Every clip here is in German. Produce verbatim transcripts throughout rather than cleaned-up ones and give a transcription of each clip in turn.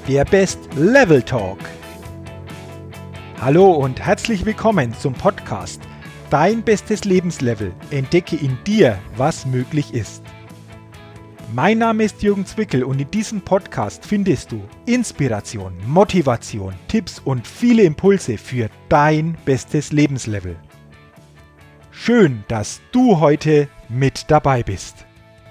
der Best Level Talk. Hallo und herzlich willkommen zum Podcast Dein bestes Lebenslevel. Entdecke in dir, was möglich ist. Mein Name ist Jürgen Zwickel und in diesem Podcast findest du Inspiration, Motivation, Tipps und viele Impulse für dein bestes Lebenslevel. Schön, dass du heute mit dabei bist.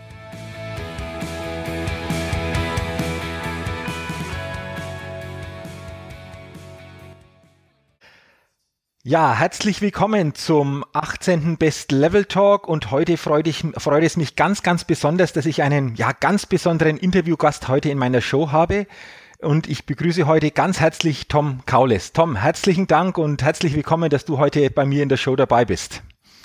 Ja, herzlich willkommen zum achtzehnten Best Level Talk und heute freut, ich, freut es mich ganz, ganz besonders, dass ich einen ja, ganz besonderen Interviewgast heute in meiner Show habe und ich begrüße heute ganz herzlich Tom Kaules. Tom, herzlichen Dank und herzlich willkommen, dass du heute bei mir in der Show dabei bist.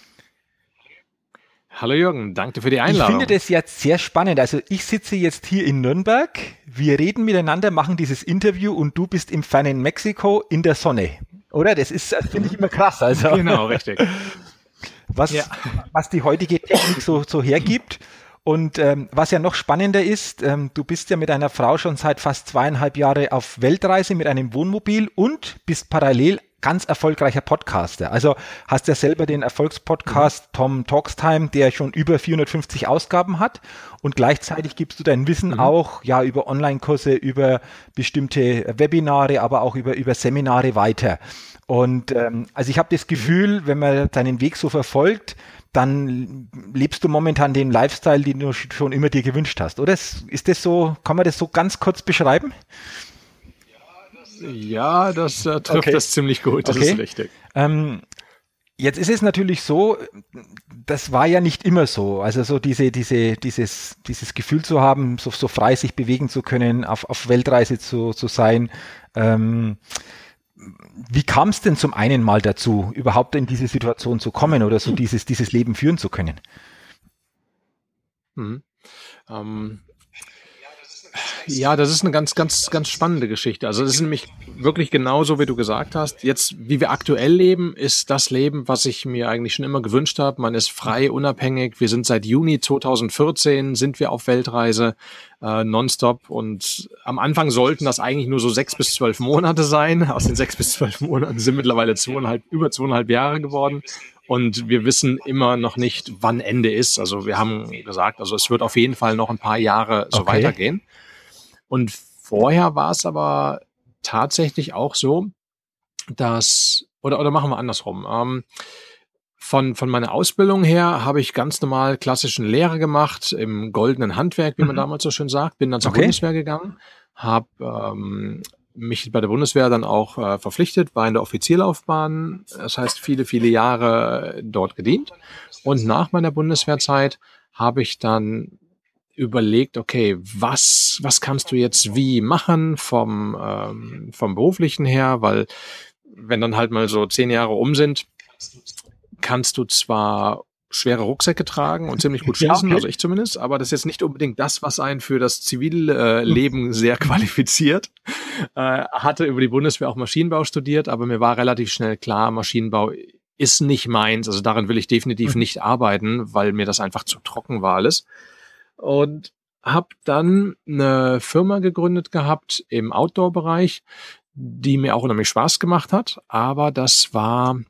Hallo Jürgen, danke für die Einladung. Ich finde das jetzt sehr spannend. Also ich sitze jetzt hier in Nürnberg, wir reden miteinander, machen dieses Interview und du bist im fernen Mexiko in der Sonne. Oder? Das ist, das finde ich immer krass. Also, genau, richtig. Was, ja. was die heutige Technik so, so hergibt. Und ähm, was ja noch spannender ist, ähm, du bist ja mit deiner Frau schon seit fast zweieinhalb Jahren auf Weltreise mit einem Wohnmobil und bist parallel ganz erfolgreicher Podcaster. Also hast ja selber den Erfolgspodcast Tom Talks Time, der schon über vierhundertfünfzig Ausgaben hat und gleichzeitig gibst du dein Wissen mhm. auch ja über Online-Kurse, über bestimmte Webinare, aber auch über, über Seminare weiter. Und ähm, also ich habe das Gefühl, wenn man deinen Weg so verfolgt, dann lebst du momentan den Lifestyle, den du schon immer dir gewünscht hast, oder? Ist das so, kann man das so ganz kurz beschreiben? Ja, das äh, trifft okay. das ziemlich gut, das okay. ist richtig. Ähm, jetzt ist es natürlich so, das war ja nicht immer so. Also so diese, diese, dieses, dieses Gefühl zu haben, so, so frei sich bewegen zu können, auf, auf Weltreise zu, zu sein. Ähm, wie kam es denn zum einen mal dazu, überhaupt in diese Situation zu kommen oder so dieses, dieses Leben führen zu können? Mhm. Ähm. Ja, das ist eine ganz, ganz, ganz spannende Geschichte. Also es ist nämlich wirklich genauso, wie du gesagt hast. Jetzt, wie wir aktuell leben, ist das Leben, was ich mir eigentlich schon immer gewünscht habe. Man ist frei, unabhängig. Wir sind seit Juni zweitausendvierzehn, sind wir auf Weltreise äh, nonstop. Und am Anfang sollten das eigentlich nur so sechs bis zwölf Monate sein. Aus den sechs bis zwölf Monaten sind mittlerweile zweieinhalb, über zweieinhalb Jahre geworden. Und wir wissen immer noch nicht, wann Ende ist. Also wir haben gesagt, also es wird auf jeden Fall noch ein paar Jahre so okay. weitergehen. Und vorher war es aber tatsächlich auch so, dass, oder, oder machen wir andersrum. Ähm, von, von meiner Ausbildung her habe ich ganz normal klassischen Lehre gemacht, im goldenen Handwerk, wie man mhm. damals so schön sagt. Bin dann zur okay. Bundeswehr gegangen, habe ähm, mich bei der Bundeswehr dann auch äh, verpflichtet, war in der Offizierlaufbahn, das heißt viele, viele Jahre dort gedient. Und nach meiner Bundeswehrzeit habe ich dann überlegt, okay, was, was kannst du jetzt wie machen vom, ähm, vom beruflichen her, weil wenn dann halt mal so zehn Jahre um sind, kannst du zwar schwere Rucksäcke tragen und ziemlich gut schießen, ja, okay. also ich zumindest, aber das ist jetzt nicht unbedingt das, was einen für das Zivilleben äh, sehr qualifiziert. Äh, hatte über die Bundeswehr auch Maschinenbau studiert, aber mir war relativ schnell klar, Maschinenbau ist nicht meins, also darin will ich definitiv mhm. nicht arbeiten, weil mir das einfach zu trocken war alles. Und habe dann eine Firma gegründet gehabt im Outdoor-Bereich, die mir auch unheimlich Spaß gemacht hat, aber das war,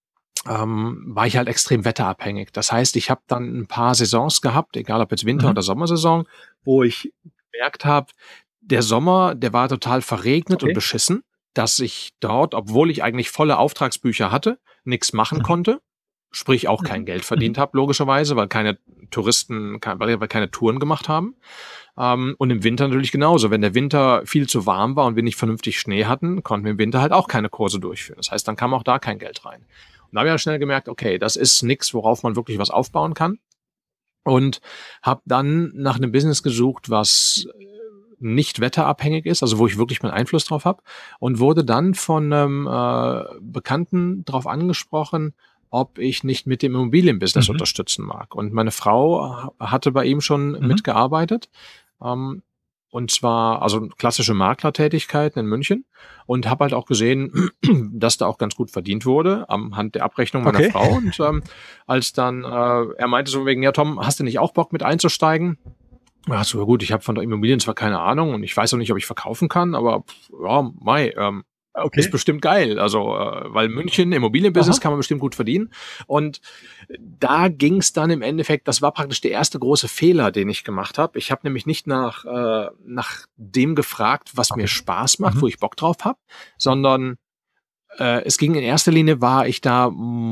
ähm, war ich halt extrem wetterabhängig. Das heißt, ich habe dann ein paar Saisons gehabt, egal ob jetzt Winter- mhm. oder Sommersaison, wo ich gemerkt habe, der Sommer, der war total verregnet okay. und beschissen, dass ich dort, obwohl ich eigentlich volle Auftragsbücher hatte, nichts machen mhm. konnte. Sprich auch kein Geld verdient habe, logischerweise, weil keine Touristen, weil wir keine Touren gemacht haben. Ähm, und im Winter natürlich genauso. Wenn der Winter viel zu warm war und wir nicht vernünftig Schnee hatten, konnten wir im Winter halt auch keine Kurse durchführen. Das heißt, dann kam auch da kein Geld rein. Und da habe ich ja schnell gemerkt, okay, das ist nichts, worauf man wirklich was aufbauen kann. Und habe dann nach einem Business gesucht, was nicht wetterabhängig ist, also wo ich wirklich meinen Einfluss drauf habe. Und wurde dann von einem äh, Bekannten drauf angesprochen, ob ich nicht mit dem Immobilienbusiness mhm. unterstützen mag. Und meine Frau hatte bei ihm schon mhm. mitgearbeitet. Ähm, und zwar, also klassische Maklertätigkeiten in München. Und habe halt auch gesehen, dass da auch ganz gut verdient wurde, anhand der Abrechnung meiner okay. Frau. Und ähm, als dann, äh, er meinte so wegen, ja Tom, hast du nicht auch Bock mit einzusteigen? Ach so, gut, ich habe von der Immobilien zwar keine Ahnung und ich weiß auch nicht, ob ich verkaufen kann, aber ja, mei, ähm, okay. Ist bestimmt geil. Also, äh, weil München, Immobilienbusiness, Aha. kann man bestimmt gut verdienen. Und da ging es dann im Endeffekt, das war praktisch der erste große Fehler, den ich gemacht habe. Ich habe nämlich nicht nach, äh, nach dem gefragt, was okay. mir Spaß macht, mhm. wo ich Bock drauf habe, sondern äh, es ging in erster Linie, war ich da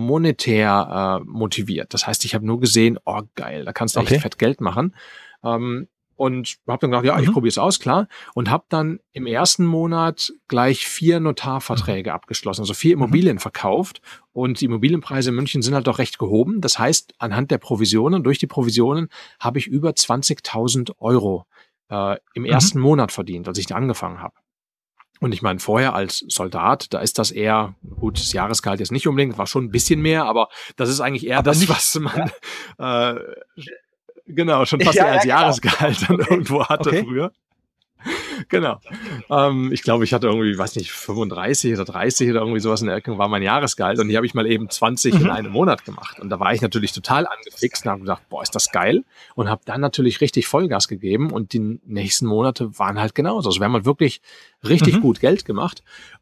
monetär äh, motiviert. Das heißt, ich habe nur gesehen, oh geil, da kannst du okay. echt fett Geld machen. Ähm, und habe dann gedacht, ja, mhm. ich probiere es aus, klar. Und habe dann im ersten Monat gleich vier Notarverträge mhm. abgeschlossen, also vier Immobilien mhm. verkauft. Und die Immobilienpreise in München sind halt doch recht gehoben. Das heißt, anhand der Provisionen, durch die Provisionen, habe ich über zwanzigtausend Euro äh, im mhm. ersten Monat verdient, als ich da angefangen habe. Und ich meine, vorher als Soldat, da ist das eher, gut, das Jahresgehalt jetzt nicht unbedingt, war schon ein bisschen mehr, aber das ist eigentlich eher aber das, nicht, was man... Ja. Äh, Genau, schon fast ja, eher als ja, Jahresgehalt genau. dann okay. irgendwo hatte okay. früher. Genau. Ähm, ich glaube, ich hatte irgendwie, weiß nicht, fünfunddreißig oder dreißig oder irgendwie sowas in der Ecke war mein Jahresgehalt und hier habe ich mal eben zwanzig mhm. in einem Monat gemacht. Und da war ich natürlich total angefixt und habe gedacht, boah, ist das geil. Und habe dann natürlich richtig Vollgas gegeben und die nächsten Monate waren halt genauso. Also wir haben halt wirklich richtig mhm. gut Geld gemacht.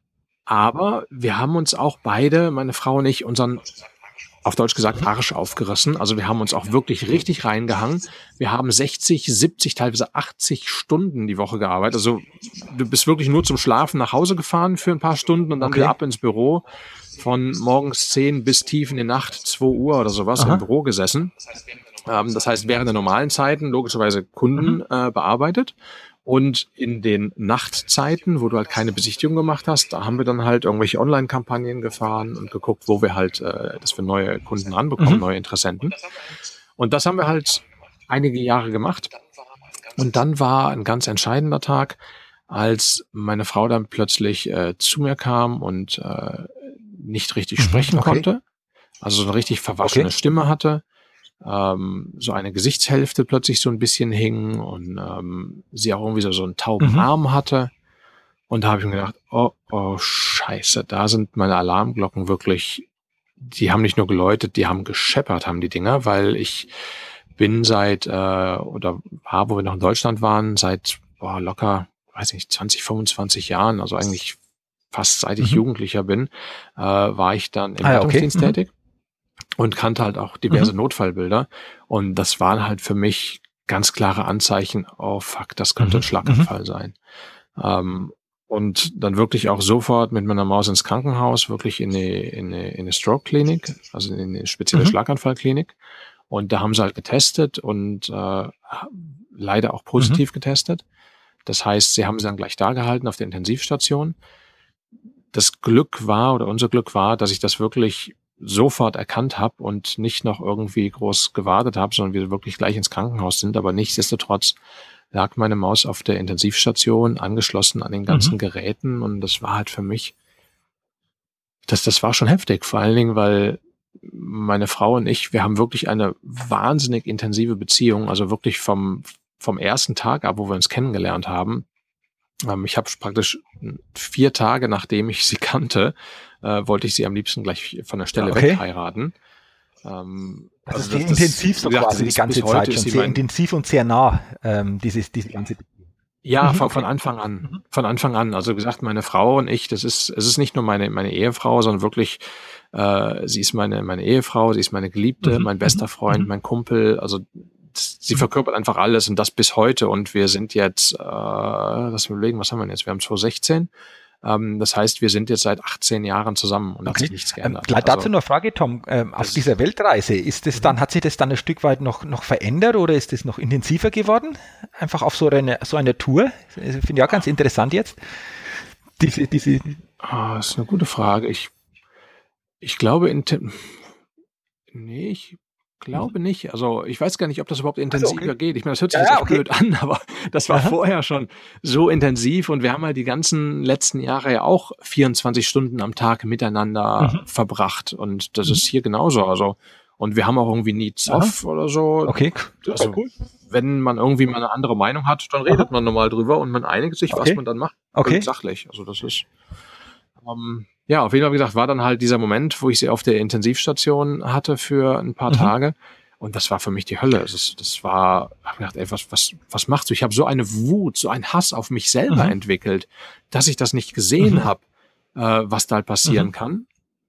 Aber wir haben uns auch beide, meine Frau und ich, unseren auf Deutsch gesagt, Arsch aufgerissen. Also wir haben uns auch wirklich richtig reingehangen. Wir haben sechzig, siebzig, teilweise achtzig Stunden die Woche gearbeitet. Also du bist wirklich nur zum Schlafen nach Hause gefahren für ein paar Stunden und dann okay. wieder ab ins Büro. Von morgens zehn bis tief in die Nacht, zwei Uhr oder sowas, Aha. im Büro gesessen. Ähm, das heißt, während der normalen Zeiten logischerweise Kunden mhm. äh, bearbeitet. Und in den Nachtzeiten, wo du halt keine Besichtigung gemacht hast, da haben wir dann halt irgendwelche Online-Kampagnen gefahren und geguckt, wo wir halt, äh, dass wir neue Kunden ranbekommen, mhm. neue Interessenten. Und das haben wir halt einige Jahre gemacht. Und dann war ein ganz entscheidender Tag, als meine Frau dann plötzlich äh, zu mir kam und äh, nicht richtig sprechen okay. konnte. Also so eine richtig verwaschene okay. Stimme hatte. Ähm, so eine Gesichtshälfte plötzlich so ein bisschen hing und ähm, sie auch irgendwie so, so einen tauben mhm. Arm hatte. Und da habe ich mir gedacht, oh, oh, scheiße, da sind meine Alarmglocken wirklich, die haben nicht nur geläutet, die haben gescheppert, haben die Dinger, weil ich bin seit, äh, oder war, wo wir noch in Deutschland waren, seit boah, locker, weiß nicht, zwanzig, fünfundzwanzig Jahren, also eigentlich fast seit ich mhm. Jugendlicher bin, äh, war ich dann im ah, Rettungsdienst okay. tätig. Mhm. Und kannte halt auch diverse mhm. Notfallbilder. Und das waren halt für mich ganz klare Anzeichen, oh fuck, das könnte mhm. ein Schlaganfall mhm. sein. Ähm, und dann wirklich auch sofort mit meiner Maus ins Krankenhaus, wirklich in eine, in eine, in eine Stroke-Klinik, also in eine spezielle mhm. Schlaganfallklinik. Und da haben sie halt getestet und äh, leider auch positiv mhm. getestet. Das heißt, sie haben sie dann gleich da gehalten auf der Intensivstation. Das Glück war, oder unser Glück war, dass ich das wirklich sofort erkannt habe und nicht noch irgendwie groß gewartet habe, sondern wir wirklich gleich ins Krankenhaus sind. Aber nichtsdestotrotz lag meine Maus auf der Intensivstation, angeschlossen an den ganzen mhm. Geräten. Und das war halt für mich, das, das war schon heftig. Vor allen Dingen, weil meine Frau und ich, wir haben wirklich eine wahnsinnig intensive Beziehung. Also wirklich vom, vom ersten Tag ab, wo wir uns kennengelernt haben. Ähm, ich habe praktisch vier Tage, nachdem ich sie kannte, äh, wollte ich sie am liebsten gleich von der Stelle okay. weg heiraten. Ähm, das also ist sehr das, intensiv so gesagt, quasi die ganze Zeit schon, sehr mein, intensiv und sehr nah, ähm, dieses, diese ganze Ja, mhm, von, okay. von Anfang an. Mhm. Von Anfang an. Also gesagt, meine Frau und ich, das ist, es ist nicht nur meine, meine Ehefrau, sondern wirklich, äh, sie ist meine, meine Ehefrau, sie ist meine Geliebte, mhm. mein bester Freund, mhm. mein Kumpel, also sie verkörpert einfach alles und das bis heute. Und wir sind jetzt, äh, lass mich überlegen, was haben wir denn jetzt? Wir haben zwanzig sechzehn. Ähm, das heißt, wir sind jetzt seit achtzehn Jahren zusammen und okay. hat sich nichts geändert. Ähm, dazu also, noch eine Frage, Tom. Ähm, auf dieser Weltreise, ist das dann, hat sich das dann ein Stück weit noch, noch verändert oder ist das noch intensiver geworden? Einfach auf so eine, so eine Tour? Finde ich auch ganz interessant jetzt. Diese, diese. Oh, das ist eine gute Frage. Ich, ich glaube, in, nee, ich glaube nicht. Also ich weiß gar nicht, ob das überhaupt intensiver also, okay. geht. Ich meine, das hört sich ja, jetzt echt okay. blöd an, aber das war Aha. vorher schon so intensiv und wir haben halt die ganzen letzten Jahre ja auch vierundzwanzig Stunden am Tag miteinander mhm. verbracht und das mhm. ist hier genauso. Also und wir haben auch irgendwie nie Zoff Aha. oder so. Okay. Also cool. Wenn man irgendwie mal eine andere Meinung hat, dann redet Aha. man normal drüber und man einigt sich, okay. was man dann macht. Okay. Sachlich. Also das ist ähm, ja, auf jeden Fall, wie gesagt, war dann halt dieser Moment, wo ich sie auf der Intensivstation hatte für ein paar mhm. Tage. Und das war für mich die Hölle. Das, das war, ich hab gedacht, ey, was, was, was machst du? Ich habe so eine Wut, so einen Hass auf mich selber mhm. entwickelt, dass ich das nicht gesehen mhm. habe, äh, was da halt passieren mhm. kann.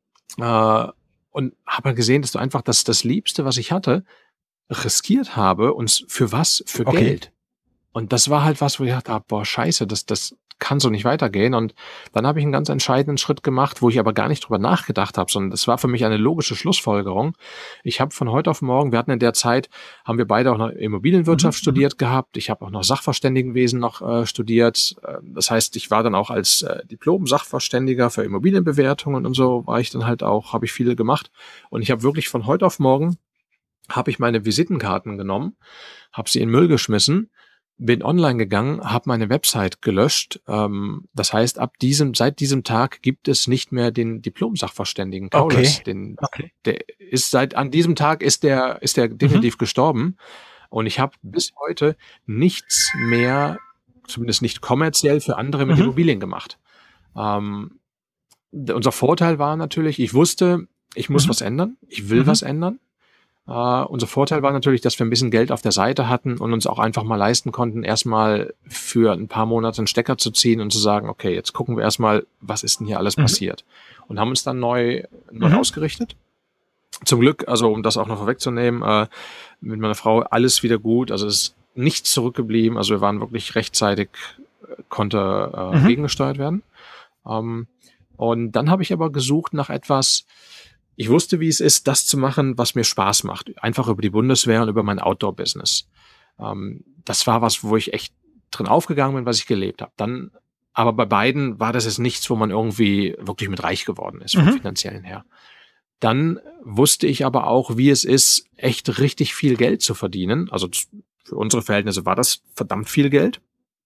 Äh, und habe halt gesehen, dass du einfach das, das Liebste, was ich hatte, riskiert habe. Und für was? Für okay. Geld. Und das war halt was, wo ich dachte, boah, scheiße, das, das kann so nicht weitergehen. Und dann habe ich einen ganz entscheidenden Schritt gemacht, wo ich aber gar nicht drüber nachgedacht habe, sondern das war für mich eine logische Schlussfolgerung. Ich habe von heute auf morgen, wir hatten in der Zeit, haben wir beide auch noch Immobilienwirtschaft mhm. studiert gehabt. Ich habe auch noch Sachverständigenwesen noch äh, studiert. Das heißt, ich war dann auch als äh, Diplom-Sachverständiger für Immobilienbewertungen und so war ich dann halt auch, habe ich viele gemacht. Und ich habe wirklich von heute auf morgen, habe ich meine Visitenkarten genommen, habe sie in den Müll geschmissen, bin online gegangen, habe meine Website gelöscht. Ähm, das heißt, ab diesem, seit diesem Tag gibt es nicht mehr den Diplom-Sachverständigen Kaules. Okay. Den, okay. Der ist seit an diesem Tag ist der ist der definitiv mhm. gestorben. Und ich habe bis heute nichts mehr, zumindest nicht kommerziell, für andere mit mhm. Immobilien gemacht. Ähm, unser Vorteil war natürlich, ich wusste, ich muss mhm. was ändern, ich will mhm. was ändern. Uh, unser Vorteil war natürlich, dass wir ein bisschen Geld auf der Seite hatten und uns auch einfach mal leisten konnten, erstmal für ein paar Monate einen Stecker zu ziehen und zu sagen, okay, jetzt gucken wir erstmal, was ist denn hier alles mhm. passiert. Und haben uns dann neu, neu mhm. ausgerichtet. Zum Glück, also um das auch noch vorwegzunehmen, uh, mit meiner Frau alles wieder gut, also es ist nichts zurückgeblieben, also wir waren wirklich rechtzeitig, konnte uh, mhm. gegengesteuert werden. Um, und dann habe ich aber gesucht nach etwas. Ich wusste, wie es ist, das zu machen, was mir Spaß macht. Einfach über die Bundeswehr und über mein Outdoor-Business. Ähm, das war was, wo ich echt drin aufgegangen bin, was ich gelebt habe. Dann, aber bei beiden war das jetzt nichts, wo man irgendwie wirklich mit reich geworden ist, vom mhm. finanziellen her. Dann wusste ich aber auch, wie es ist, echt richtig viel Geld zu verdienen. Also für unsere Verhältnisse war das verdammt viel Geld.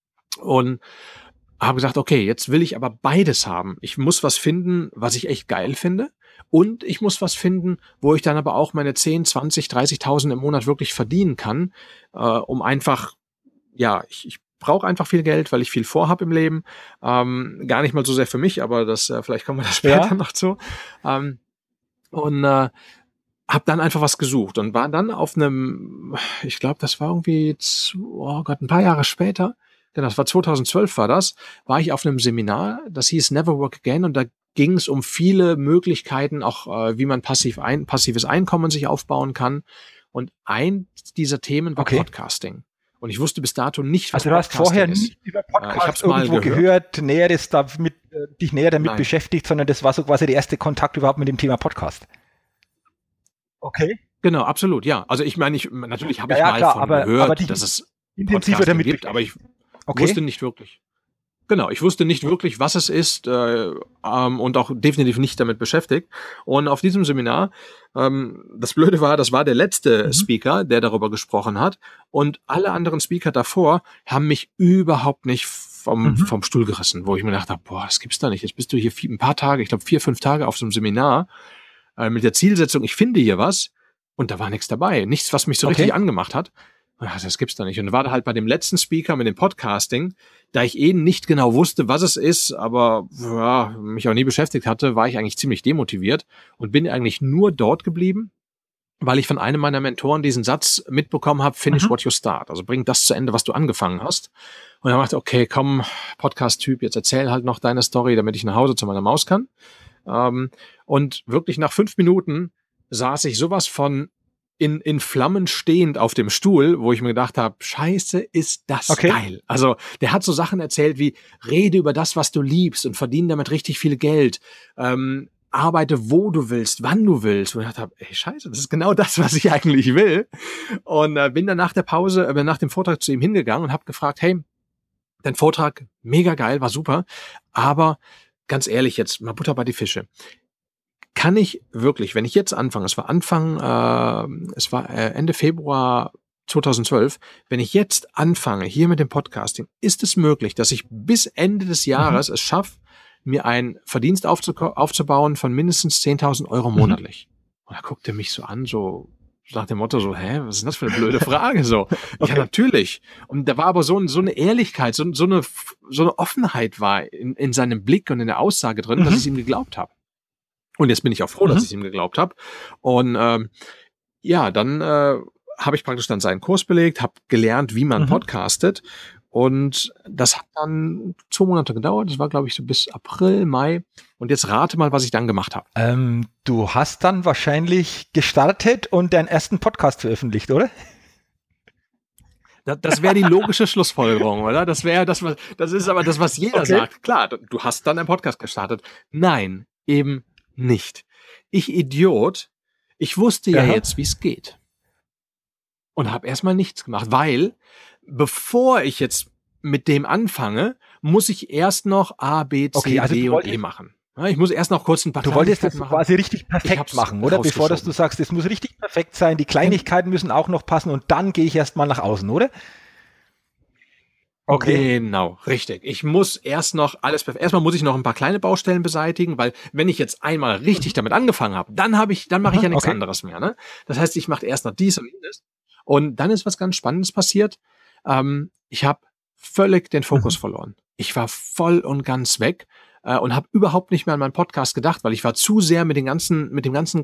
Und habe gesagt, okay, jetzt will ich aber beides haben. Ich muss was finden, was ich echt geil finde. Und ich muss was finden, wo ich dann aber auch meine zehn, zwanzig, dreißigtausend im Monat wirklich verdienen kann, äh, um einfach, ja, ich, ich brauche einfach viel Geld, weil ich viel vorhab im Leben. Ähm, gar nicht mal so sehr für mich, aber das äh, vielleicht kommen wir da später ja. noch zu. Ähm, und äh, habe dann einfach was gesucht und war dann auf einem, ich glaube, das war irgendwie, oh Gott, ein paar Jahre später, genau, das war zweitausendzwölf war das, war ich auf einem Seminar, das hieß Never Work Again und da ging es um viele Möglichkeiten, auch äh, wie man passiv ein, passives Einkommen sich aufbauen kann. Und ein dieser Themen war okay. Podcasting. Und ich wusste bis dato nicht, was also Podcasting ist. Also du hast vorher nicht über Podcast äh, irgendwo gehört, gehört Näheres damit, äh, dich näher damit Nein. beschäftigt, sondern das war so quasi der erste Kontakt überhaupt mit dem Thema Podcast. Okay. Genau, absolut, ja. Also ich meine, ich, natürlich habe ich ja, ja, mal klar, von aber, gehört, aber dass es intensiver damit gibt, aber ich okay. wusste nicht wirklich. Genau, ich wusste nicht wirklich, was es ist äh, ähm, und auch definitiv nicht damit beschäftigt. Und auf diesem Seminar, ähm, das Blöde war, das war der letzte mhm. Speaker, der darüber gesprochen hat. Und alle anderen Speaker davor haben mich überhaupt nicht vom, mhm. vom Stuhl gerissen, wo ich mir gedacht habe, boah, das gibt's da nicht. Jetzt bist du hier vier, ein paar Tage, ich glaube vier, fünf Tage auf so einem Seminar äh, mit der Zielsetzung, ich finde hier was. Und da war nichts dabei. Nichts, was mich so okay. richtig angemacht hat. Also das gibt's da nicht. Und dann war da halt bei dem letzten Speaker mit dem Podcasting, da ich eh nicht genau wusste, was es ist, aber ja, mich auch nie beschäftigt hatte, war ich eigentlich ziemlich demotiviert und bin eigentlich nur dort geblieben, weil ich von einem meiner Mentoren diesen Satz mitbekommen habe, finish mhm. what you start. Also bring das zu Ende, was du angefangen hast. Und dann dachte ich, okay, komm, Podcast-Typ, jetzt erzähl halt noch deine Story, damit ich nach Hause zu meiner Maus kann. Und wirklich nach fünf Minuten saß ich sowas von in, in Flammen stehend auf dem Stuhl, wo ich mir gedacht habe, scheiße, ist das okay. geil. Also der hat so Sachen erzählt wie, rede über das, was du liebst und verdiene damit richtig viel Geld. Ähm, arbeite, wo du willst, wann du willst. Und ich dachte, ey, scheiße, das ist genau das, was ich eigentlich will. Und äh, bin dann nach der Pause, äh, nach dem Vortrag zu ihm hingegangen und habe gefragt, hey, dein Vortrag, mega geil, war super, aber ganz ehrlich jetzt, mal Butter bei die Fische. Kann ich wirklich, wenn ich jetzt anfange, es war Anfang, äh, es war äh, Ende Februar zweitausendzwölf, wenn ich jetzt anfange, hier mit dem Podcasting, ist es möglich, dass ich bis Ende des Jahres mhm. es schaffe, mir einen Verdienst aufzu- aufzubauen von mindestens zehntausend Euro monatlich. Mhm. Und da guckte er mich so an, so nach dem Motto so, hä, was ist das für eine blöde Frage? So, okay. Ja, natürlich. Und da war aber so, so eine Ehrlichkeit, so, so, eine, so eine Offenheit war in, in seinem Blick und in der Aussage drin, mhm. dass ich ihm geglaubt habe. Und jetzt bin ich auch froh, mhm. dass ich ihm geglaubt habe. Und ähm, ja, dann äh, habe ich praktisch dann seinen Kurs belegt, habe gelernt, wie man Mhm. podcastet. Und das hat dann zwei Monate gedauert. Das war, glaube ich, so bis April, Mai. Und jetzt rate mal, was ich dann gemacht habe. Ähm, du hast dann wahrscheinlich gestartet und deinen ersten Podcast veröffentlicht, oder? Das, das wäre die logische Schlussfolgerung, oder? Das wäre das, was, das ist aber das, was jeder Okay. sagt. Klar, du hast dann einen Podcast gestartet. Nein, eben nicht. Ich Idiot, ich wusste ja Aha. jetzt, wie es geht. Und habe erstmal nichts gemacht, weil bevor ich jetzt mit dem anfange, muss ich erst noch A, B, C, Okay, also D du und wolltest- E machen. Ja, ich muss erst noch kurz ein paar Du wolltest das Kleinigkeiten machen. quasi richtig Ich perfekt hab's machen, oder? Bevor dass du rausgeschoben. sagst, es muss richtig perfekt sein, die Kleinigkeiten müssen auch noch passen und dann gehe ich erstmal nach außen, oder? Genau, richtig. Ich muss erst noch alles, erstmal muss ich noch ein paar kleine Baustellen beseitigen, weil wenn ich jetzt einmal richtig damit angefangen habe, dann habe ich, dann mache ich ja Mhm, nichts okay. anderes mehr. Ne? Das heißt, ich mache erst noch dies und jenes. Und dann ist was ganz Spannendes passiert. Ähm, ich habe völlig den Fokus Mhm. verloren. Ich war voll und ganz weg äh, und habe überhaupt nicht mehr an meinen Podcast gedacht, weil ich war zu sehr mit den ganzen, mit dem ganzen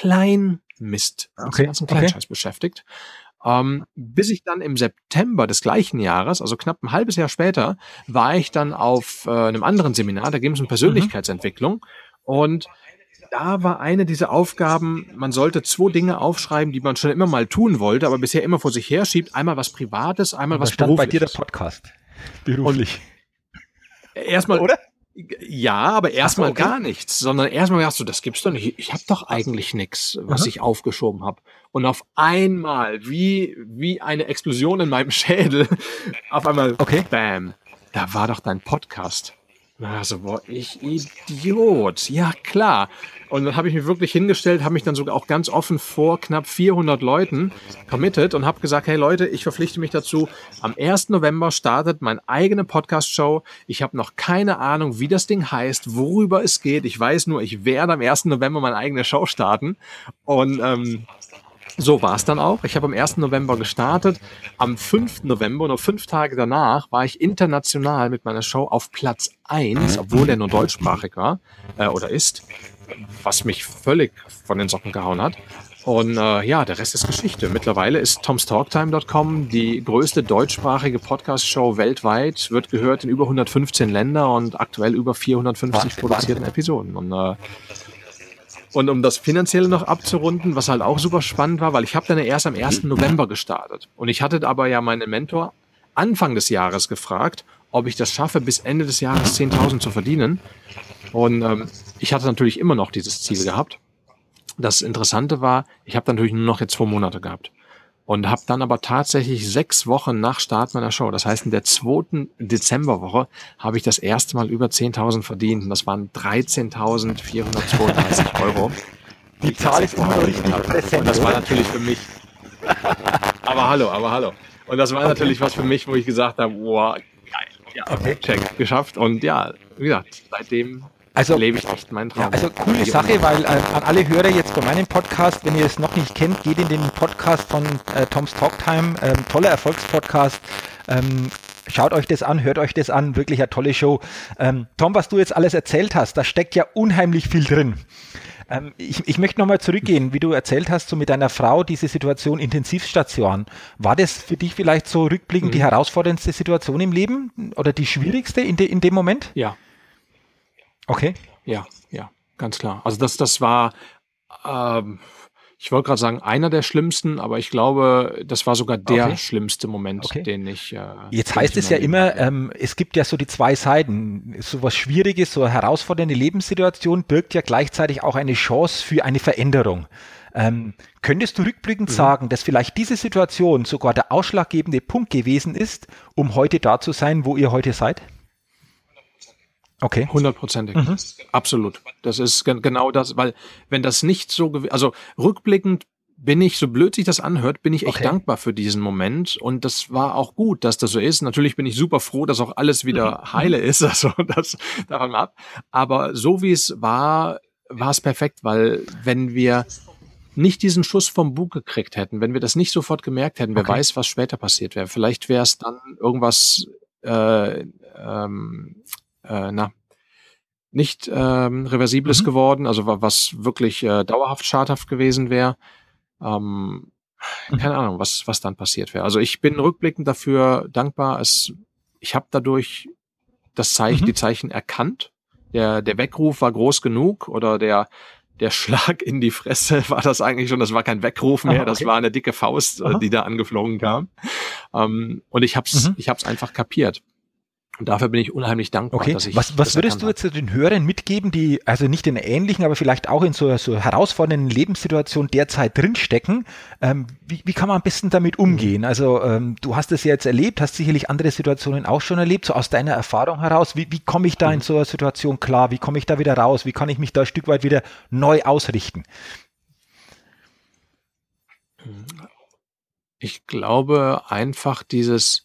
Kleinmist, mit Okay, dem ganzen okay. Kleinscheiß beschäftigt. Ähm, bis ich dann im September des gleichen Jahres, also knapp ein halbes Jahr später, war ich dann auf äh, einem anderen Seminar, da ging es um Persönlichkeitsentwicklung. Und da war eine dieser Aufgaben, man sollte zwei Dinge aufschreiben, die man schon immer mal tun wollte, aber bisher immer vor sich her schiebt. Einmal was Privates, einmal Da was stand bei dir der Berufliches. Podcast. Beruflich. Erstmal, Oder? ja, aber erstmal Ach so, okay. gar nichts, sondern erstmal sagst du, das gibt's doch nicht. Ich habe doch eigentlich nichts, was Aha. ich aufgeschoben habe. Und auf einmal, wie wie eine Explosion in meinem Schädel, auf einmal, Okay. bam, da war doch dein Podcast. Also, boah, ich Idiot. Ja, klar. Und dann habe ich mich wirklich hingestellt, habe mich dann sogar auch ganz offen vor knapp vierhundert Leuten committed und habe gesagt, hey Leute, ich verpflichte mich dazu, am ersten November startet meine eigene Podcast-Show. Ich habe noch keine Ahnung, wie das Ding heißt, worüber es geht. Ich weiß nur, ich werde am ersten November meine eigene Show starten. Und ähm, so war es dann auch. Ich habe am ersten November gestartet. Am fünften November, nur fünf Tage danach, war ich international mit meiner Show auf Platz eins, obwohl der nur deutschsprachig war äh, oder ist, was mich völlig von den Socken gehauen hat. Und äh, ja, der Rest ist Geschichte. Mittlerweile ist toms talk time dot com die größte deutschsprachige Podcast-Show weltweit, wird gehört in über hundertfünfzehn Länder und aktuell über vierhundertfünfzig Wahnsinn, produzierten Episoden. Und äh, Und um das Finanzielle noch abzurunden, was halt auch super spannend war, weil ich habe dann erst am ersten November gestartet. Und ich hatte aber ja meinen Mentor Anfang des Jahres gefragt, ob ich das schaffe, bis Ende des Jahres zehntausend zu verdienen. Und ähm, ich hatte natürlich immer noch dieses Ziel gehabt. Das Interessante war, ich habe natürlich nur noch jetzt zwei Monate gehabt. Und habe dann aber tatsächlich sechs Wochen nach Start meiner Show, das heißt in der zweiten Dezemberwoche, habe ich das erste Mal über zehntausend verdient. Und das waren dreizehntausentvierhundertzweiunddreißig Euro. Die Zahl ist immer noch richtig präsent. Und das war natürlich für mich. Aber hallo, aber hallo. Und das war natürlich was für mich, wo ich gesagt habe, wow, geil. Ja, okay, check, geschafft. Und ja, wie gesagt, seitdem Also, lebe ich echt meinen Traum. ja, also coole Sache, weil äh, an alle Hörer jetzt bei meinem Podcast, wenn ihr es noch nicht kennt, geht in den Podcast von äh, Tom's Talk Time, ähm, toller Erfolgspodcast. Ähm, schaut euch das an, hört euch das an, wirklich eine tolle Show. Ähm, Tom, was du jetzt alles erzählt hast, da steckt ja unheimlich viel drin. Ähm, ich, ich möchte nochmal zurückgehen, wie du erzählt hast, so mit deiner Frau, diese Situation Intensivstation. War das für dich vielleicht so rückblickend Mhm. die herausforderndste Situation im Leben oder die schwierigste in, de, in dem Moment? Ja. Okay. Ja, ja, ganz klar. Also das, das war, ähm, ich wollte gerade sagen, einer der schlimmsten, aber ich glaube, das war sogar der Okay. schlimmste Moment, Okay. den ich. Äh, Jetzt den heißt ich in es ja meinem Leben immer, hatte. ähm, es gibt ja so die zwei Seiten. So was Schwieriges, so eine herausfordernde Lebenssituation birgt ja gleichzeitig auch eine Chance für eine Veränderung. Ähm, könntest du rückblickend Mhm. sagen, dass vielleicht diese Situation sogar der ausschlaggebende Punkt gewesen ist, um heute da zu sein, wo ihr heute seid? Okay. Hundertprozentig. Mhm. Absolut. Das ist gen- genau das, weil wenn das nicht so gewesen, also rückblickend bin ich, so blöd sich das anhört, bin ich echt Okay. dankbar für diesen Moment und das war auch gut, dass das so ist. Natürlich bin ich super froh, dass auch alles wieder heile ist, also das davon ab. Aber so wie es war, war es perfekt, weil wenn wir nicht diesen Schuss vom Bug gekriegt hätten, wenn wir das nicht sofort gemerkt hätten, wer Okay. weiß, was später passiert wäre. Vielleicht wäre es dann irgendwas, äh, ähm, äh, na, nicht ähm, Reversibles Mhm. geworden, also wa- was wirklich äh, dauerhaft schadhaft gewesen wäre. ähm, keine Ahnung, was, was dann passiert wäre. Also ich bin rückblickend dafür dankbar. Es, ich habe dadurch das Zeichen, Mhm. die Zeichen erkannt. Der, der Weckruf war groß genug oder der, der Schlag in die Fresse war das eigentlich schon. Das war kein Weckruf mehr. Aha, das okay. war eine dicke Faust, Aha. die da angeflogen kam. Ähm, und ich hab's, Mhm. ich hab's einfach kapiert. Und dafür bin ich unheimlich dankbar, Okay, dass ich was, was das würdest erkannt du habe. jetzt den Hörern mitgeben, die also nicht in einer ähnlichen, aber vielleicht auch in so, so herausfordernden Lebenssituationen derzeit drinstecken? Ähm, wie, wie kann man am besten damit umgehen? Also ähm, du hast es ja jetzt erlebt, hast sicherlich andere Situationen auch schon erlebt, so aus deiner Erfahrung heraus. Wie, wie komme ich da in so einer Situation klar? Wie komme ich da wieder raus? Wie kann ich mich da ein Stück weit wieder neu ausrichten? Ich glaube einfach dieses,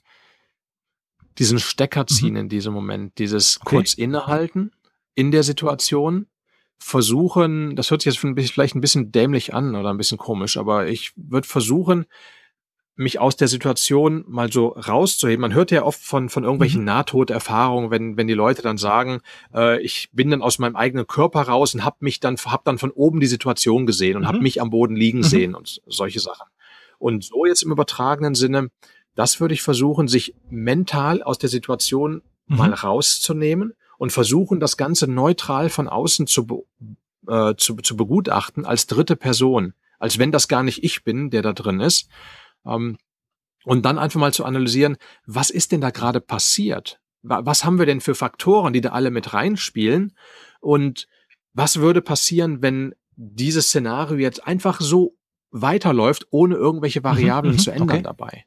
diesen Stecker ziehen Mhm. in diesem Moment, dieses Okay. kurz innehalten in der Situation, versuchen, das hört sich jetzt vielleicht ein bisschen dämlich an oder ein bisschen komisch, aber ich würde versuchen, mich aus der Situation mal so rauszuheben. Man hört ja oft von, von irgendwelchen Mhm. Nahtoderfahrungen, wenn, wenn die Leute dann sagen, äh, ich bin dann aus meinem eigenen Körper raus und hab mich dann, hab dann von oben die Situation gesehen und hab Mhm. mich am Boden liegen Mhm. sehen und solche Sachen. Und so jetzt im übertragenen Sinne, das würde ich versuchen, sich mental aus der Situation mal Mhm. rauszunehmen und versuchen, das Ganze neutral von außen zu, be- äh, zu, zu begutachten als dritte Person, als wenn das gar nicht ich bin, der da drin ist. Ähm, und dann einfach mal zu analysieren, was ist denn da gerade passiert? Wa- Was haben wir denn für Faktoren, die da alle mit reinspielen? Und was würde passieren, wenn dieses Szenario jetzt einfach so weiterläuft, ohne irgendwelche Mhm. Variablen Mhm. zu ändern Okay. dabei?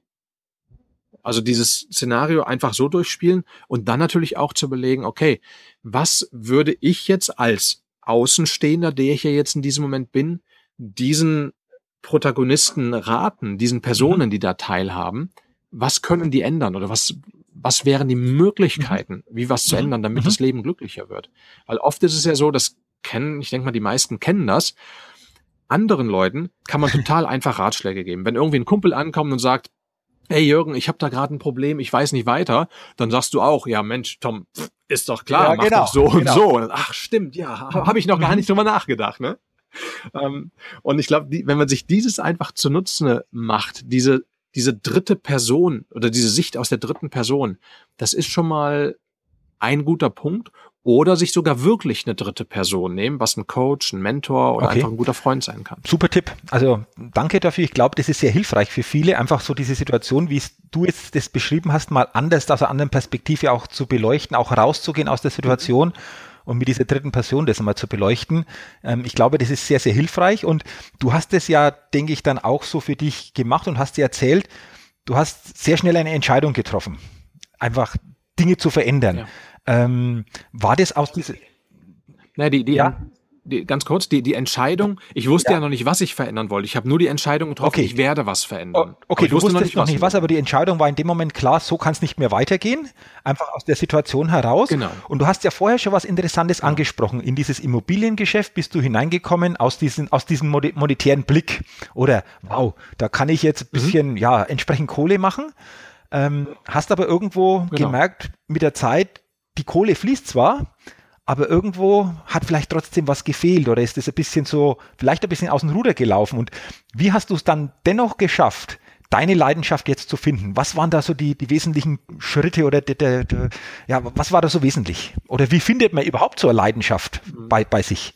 Also dieses Szenario einfach so durchspielen und dann natürlich auch zu überlegen, okay, was würde ich jetzt als Außenstehender, der ich ja jetzt in diesem Moment bin, diesen Protagonisten raten, diesen Mhm. Personen, die da teilhaben, was können die ändern oder was, was wären die Mhm. Möglichkeiten, wie was zu Mhm. ändern, damit Mhm. das Leben glücklicher wird? Weil oft ist es ja so, das kennen, ich denke mal, die meisten kennen das. Anderen Leuten kann man total einfach Ratschläge geben. Wenn irgendwie ein Kumpel ankommt und sagt, hey Jürgen, ich habe da gerade ein Problem, ich weiß nicht weiter, dann sagst du auch, ja Mensch, Tom, pff, ist doch klar, Ja, mach doch genau, so und genau. so. Ach stimmt, ja, ha- Mhm. habe ich noch gar Mhm. nicht drüber nachgedacht, ne? Ähm, und ich glaube, die, wenn man sich dieses einfach zunutze macht, diese, diese dritte Person oder diese Sicht aus der dritten Person, das ist schon mal ein guter Punkt. Oder sich sogar wirklich eine dritte Person nehmen, was ein Coach, ein Mentor oder Okay. einfach ein guter Freund sein kann. Super Tipp. Also danke dafür. Ich glaube, das ist sehr hilfreich für viele, einfach so diese Situation, wie es du jetzt das beschrieben hast, mal anders aus einer anderen Perspektive auch zu beleuchten, auch rauszugehen aus der Situation und mit dieser dritten Person das mal zu beleuchten. Ähm, ich glaube, das ist sehr, sehr hilfreich und du hast es ja, denke ich, dann auch so für dich gemacht und hast dir erzählt, du hast sehr schnell eine Entscheidung getroffen, einfach Dinge zu verändern. Ja. Ähm, war das aus dieser... Na, die, die, Ja? die, ganz kurz, die, die Entscheidung, ich wusste ja. Ja. ja noch nicht, was ich verändern wollte. Ich habe nur die Entscheidung getroffen, Okay. ich werde was O- verändern. Aber Okay, ich du wusste wusstest noch nicht was, aber die Entscheidung war in dem Moment klar, so kann es nicht mehr weitergehen, einfach aus der Situation heraus. Genau. Und du hast ja vorher schon was Interessantes Genau. angesprochen. In dieses Immobiliengeschäft bist du hineingekommen aus, diesen, aus diesem moni- monetären Blick. Oder, wow, da kann ich jetzt ein bisschen, ja, entsprechend Kohle machen. Ähm, hast aber irgendwo Genau. gemerkt, mit der Zeit, die Kohle fließt zwar, aber irgendwo hat vielleicht trotzdem was gefehlt oder ist es ein bisschen so, vielleicht ein bisschen aus dem Ruder gelaufen. Und wie hast du es dann dennoch geschafft, deine Leidenschaft jetzt zu finden? Was waren da so die, die wesentlichen Schritte oder die, die, die, ja, was war da so wesentlich? Oder wie findet man überhaupt so eine Leidenschaft bei, bei sich?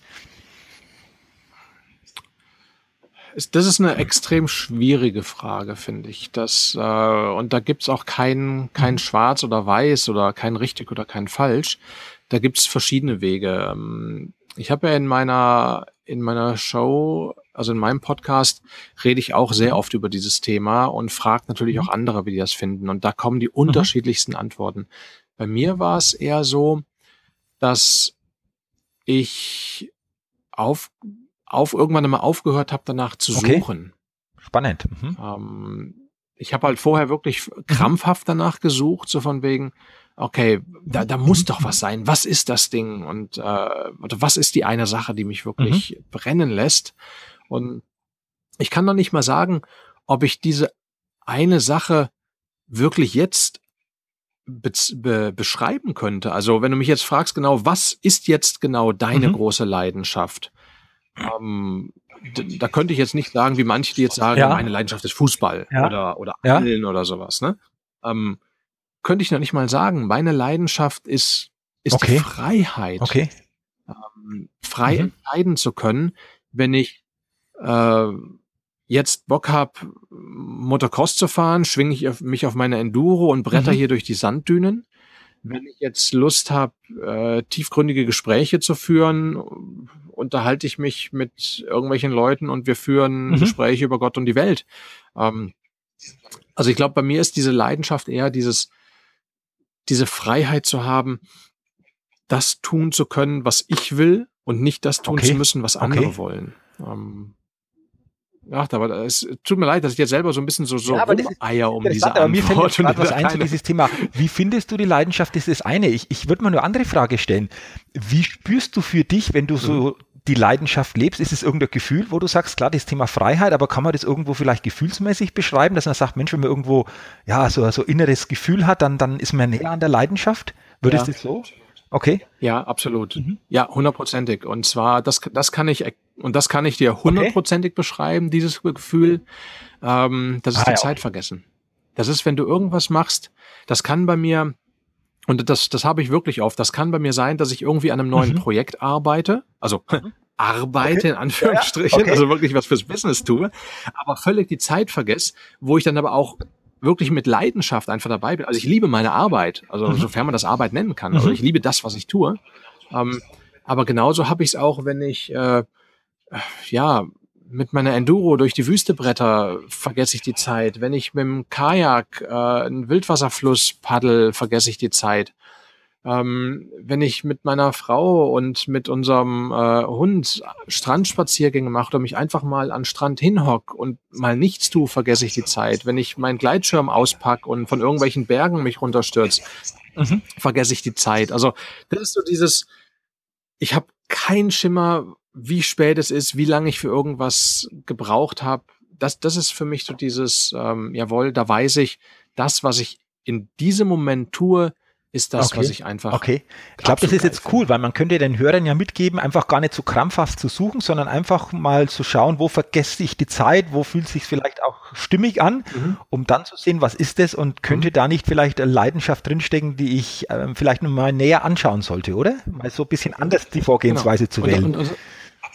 Das ist eine extrem schwierige Frage, finde ich. Das, äh, und da gibt's auch kein, kein Schwarz oder Weiß oder kein richtig oder kein falsch. Da gibt's verschiedene Wege. Ähm, Ich habe ja in meiner, in meiner Show, also in meinem Podcast, rede ich auch sehr oft über dieses Thema und frage natürlich auch andere, wie die das finden. Und da kommen die unterschiedlichsten Antworten. Bei mir war es eher so, dass ich auf, auf irgendwann mal aufgehört habe, danach zu Okay. suchen. Spannend. Mhm. Ähm, ich habe halt vorher wirklich krampfhaft danach gesucht, so von wegen, okay, da, da muss doch was sein. Was ist das Ding? Und äh, oder was ist die eine Sache, die mich wirklich Mhm. brennen lässt? Und ich kann noch nicht mal sagen, ob ich diese eine Sache wirklich jetzt be be beschreiben könnte. Also wenn du mich jetzt fragst, genau, was ist jetzt genau deine Mhm. große Leidenschaft? Ähm, d- da könnte ich jetzt nicht sagen, wie manche, die jetzt sagen, Ja. meine Leidenschaft ist Fußball Ja. oder, oder Ja. Angeln oder sowas. Ne? Ähm, könnte ich noch nicht mal sagen. Meine Leidenschaft ist, ist Okay. die Freiheit. Okay. Ähm, frei Mhm. entscheiden zu können, wenn ich äh, jetzt Bock habe, Motocross zu fahren, schwinge ich auf, mich auf meine Enduro und bretter Mhm. hier durch die Sanddünen. Wenn ich jetzt Lust habe, äh, tiefgründige Gespräche zu führen, unterhalte ich mich mit irgendwelchen Leuten und wir führen Mhm. Gespräche über Gott und die Welt. Ähm, also ich glaube, bei mir ist diese Leidenschaft eher dieses, diese Freiheit zu haben, das tun zu können, was ich will und nicht das tun Okay. zu müssen, was andere Okay. wollen. Ähm, ach, aber es tut mir leid, dass ich jetzt selber so ein bisschen so, so Ja, aber das ist rumeier um diese interessant, aber mir fällt jetzt Antwort. gerade und was ein zu keine- dieses Thema. Wie findest du die Leidenschaft? Das ist das eine. Ich, ich würde mal eine andere Frage stellen. Wie spürst du für dich, wenn du so die Leidenschaft lebst? Ist es irgendein Gefühl, wo du sagst, klar, das Thema Freiheit, aber kann man das irgendwo vielleicht gefühlsmäßig beschreiben, dass man sagt, Mensch, wenn man irgendwo ja so so inneres Gefühl hat, dann, dann ist man näher an der Leidenschaft? Würdest du Ja. das so? Okay. Ja, absolut. Mhm. Ja, hundertprozentig. Und zwar, das, das kann ich, und das kann ich dir hundertprozentig beschreiben, dieses Gefühl. Ähm, das ist Ah, die ja, Zeit okay. vergessen. Das ist, wenn du irgendwas machst, das kann bei mir, und das, das habe ich wirklich oft, das kann bei mir sein, dass ich irgendwie an einem neuen Mhm. Projekt arbeite, also arbeite Okay. in Anführungsstrichen, Ja, ja. Okay. also wirklich was fürs Business tue, aber völlig die Zeit vergesse, wo ich dann aber auch wirklich mit Leidenschaft einfach dabei bin. Also ich liebe meine Arbeit, also Mhm. sofern man das Arbeit nennen kann, Mhm. also ich liebe das, was ich tue. Ähm, aber genauso habe ich es auch, wenn ich äh, ja mit meiner Enduro durch die Wüste bretter, vergesse ich die Zeit. Wenn ich mit dem Kajak äh, einen Wildwasserfluss paddel, vergesse ich die Zeit. Ähm, wenn ich mit meiner Frau und mit unserem äh, Hund Strandspaziergänge mache oder mich einfach mal an den Strand hinhock und mal nichts tue, vergesse ich die Zeit. Wenn ich meinen Gleitschirm auspack und von irgendwelchen Bergen mich runterstürze, Mhm. vergesse ich die Zeit. Also das ist so dieses, ich habe keinen Schimmer, wie spät es ist, wie lange ich für irgendwas gebraucht habe. Das, das ist für mich so dieses, ähm, jawohl, da weiß ich, das, was ich in diesem Moment tue, ist das, Okay. was ich einfach Okay. Ich glaube, das absolut ist geil jetzt finde. cool, weil man könnte den Hörern ja mitgeben, einfach gar nicht so krampfhaft zu suchen, sondern einfach mal zu schauen, wo vergesse ich die Zeit, wo fühlt sich vielleicht auch stimmig an, Mhm. um dann zu sehen, was ist das und könnte da nicht vielleicht eine Leidenschaft drinstecken, die ich ähm, vielleicht noch mal näher anschauen sollte, oder? Mal so ein bisschen anders die Vorgehensweise zu Und, wählen. und, und,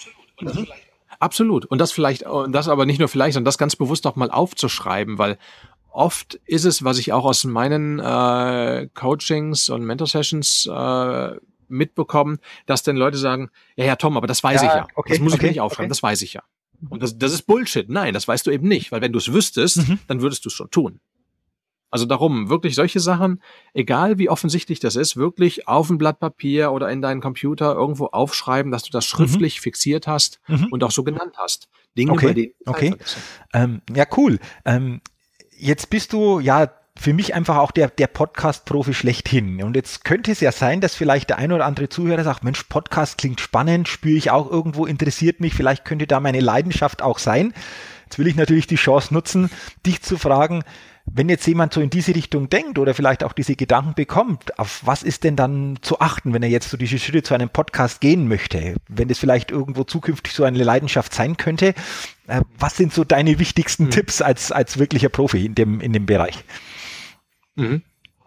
absolut. Und das vielleicht, und das aber nicht nur vielleicht, sondern das ganz bewusst auch mal aufzuschreiben, weil oft ist es, was ich auch aus meinen äh, Coachings und Mentor-Sessions äh, mitbekomme, dass dann Leute sagen, ja, ja, Tom, aber das weiß Ja, ich ja. okay, Das muss ich okay, mir nicht aufschreiben, okay. das weiß ich ja. Und das, das ist Bullshit. Nein, das weißt du eben nicht, weil wenn du es wüsstest, Mhm. dann würdest du es schon tun. Also darum, wirklich solche Sachen, egal wie offensichtlich das ist, wirklich auf ein Blatt Papier oder in deinen Computer irgendwo aufschreiben, dass du das schriftlich fixiert hast Mhm. und auch so genannt hast. Dinge, Okay, bei denen du Zeit okay. vergessen. Ähm, ja, cool. Ähm, jetzt bist du ja für mich einfach auch der, der Podcast-Profi schlechthin. Und jetzt könnte es ja sein, dass vielleicht der ein oder andere Zuhörer sagt, Mensch, Podcast klingt spannend, spüre ich auch irgendwo, interessiert mich, vielleicht könnte da meine Leidenschaft auch sein. Jetzt will ich natürlich die Chance nutzen, dich zu fragen, wenn jetzt jemand so in diese Richtung denkt oder vielleicht auch diese Gedanken bekommt, auf was ist denn dann zu achten, wenn er jetzt so diese Schritte zu einem Podcast gehen möchte? Wenn das vielleicht irgendwo zukünftig so eine Leidenschaft sein könnte, äh, was sind so deine wichtigsten Mhm. Tipps als, als wirklicher Profi in dem, in dem Bereich? Mhm.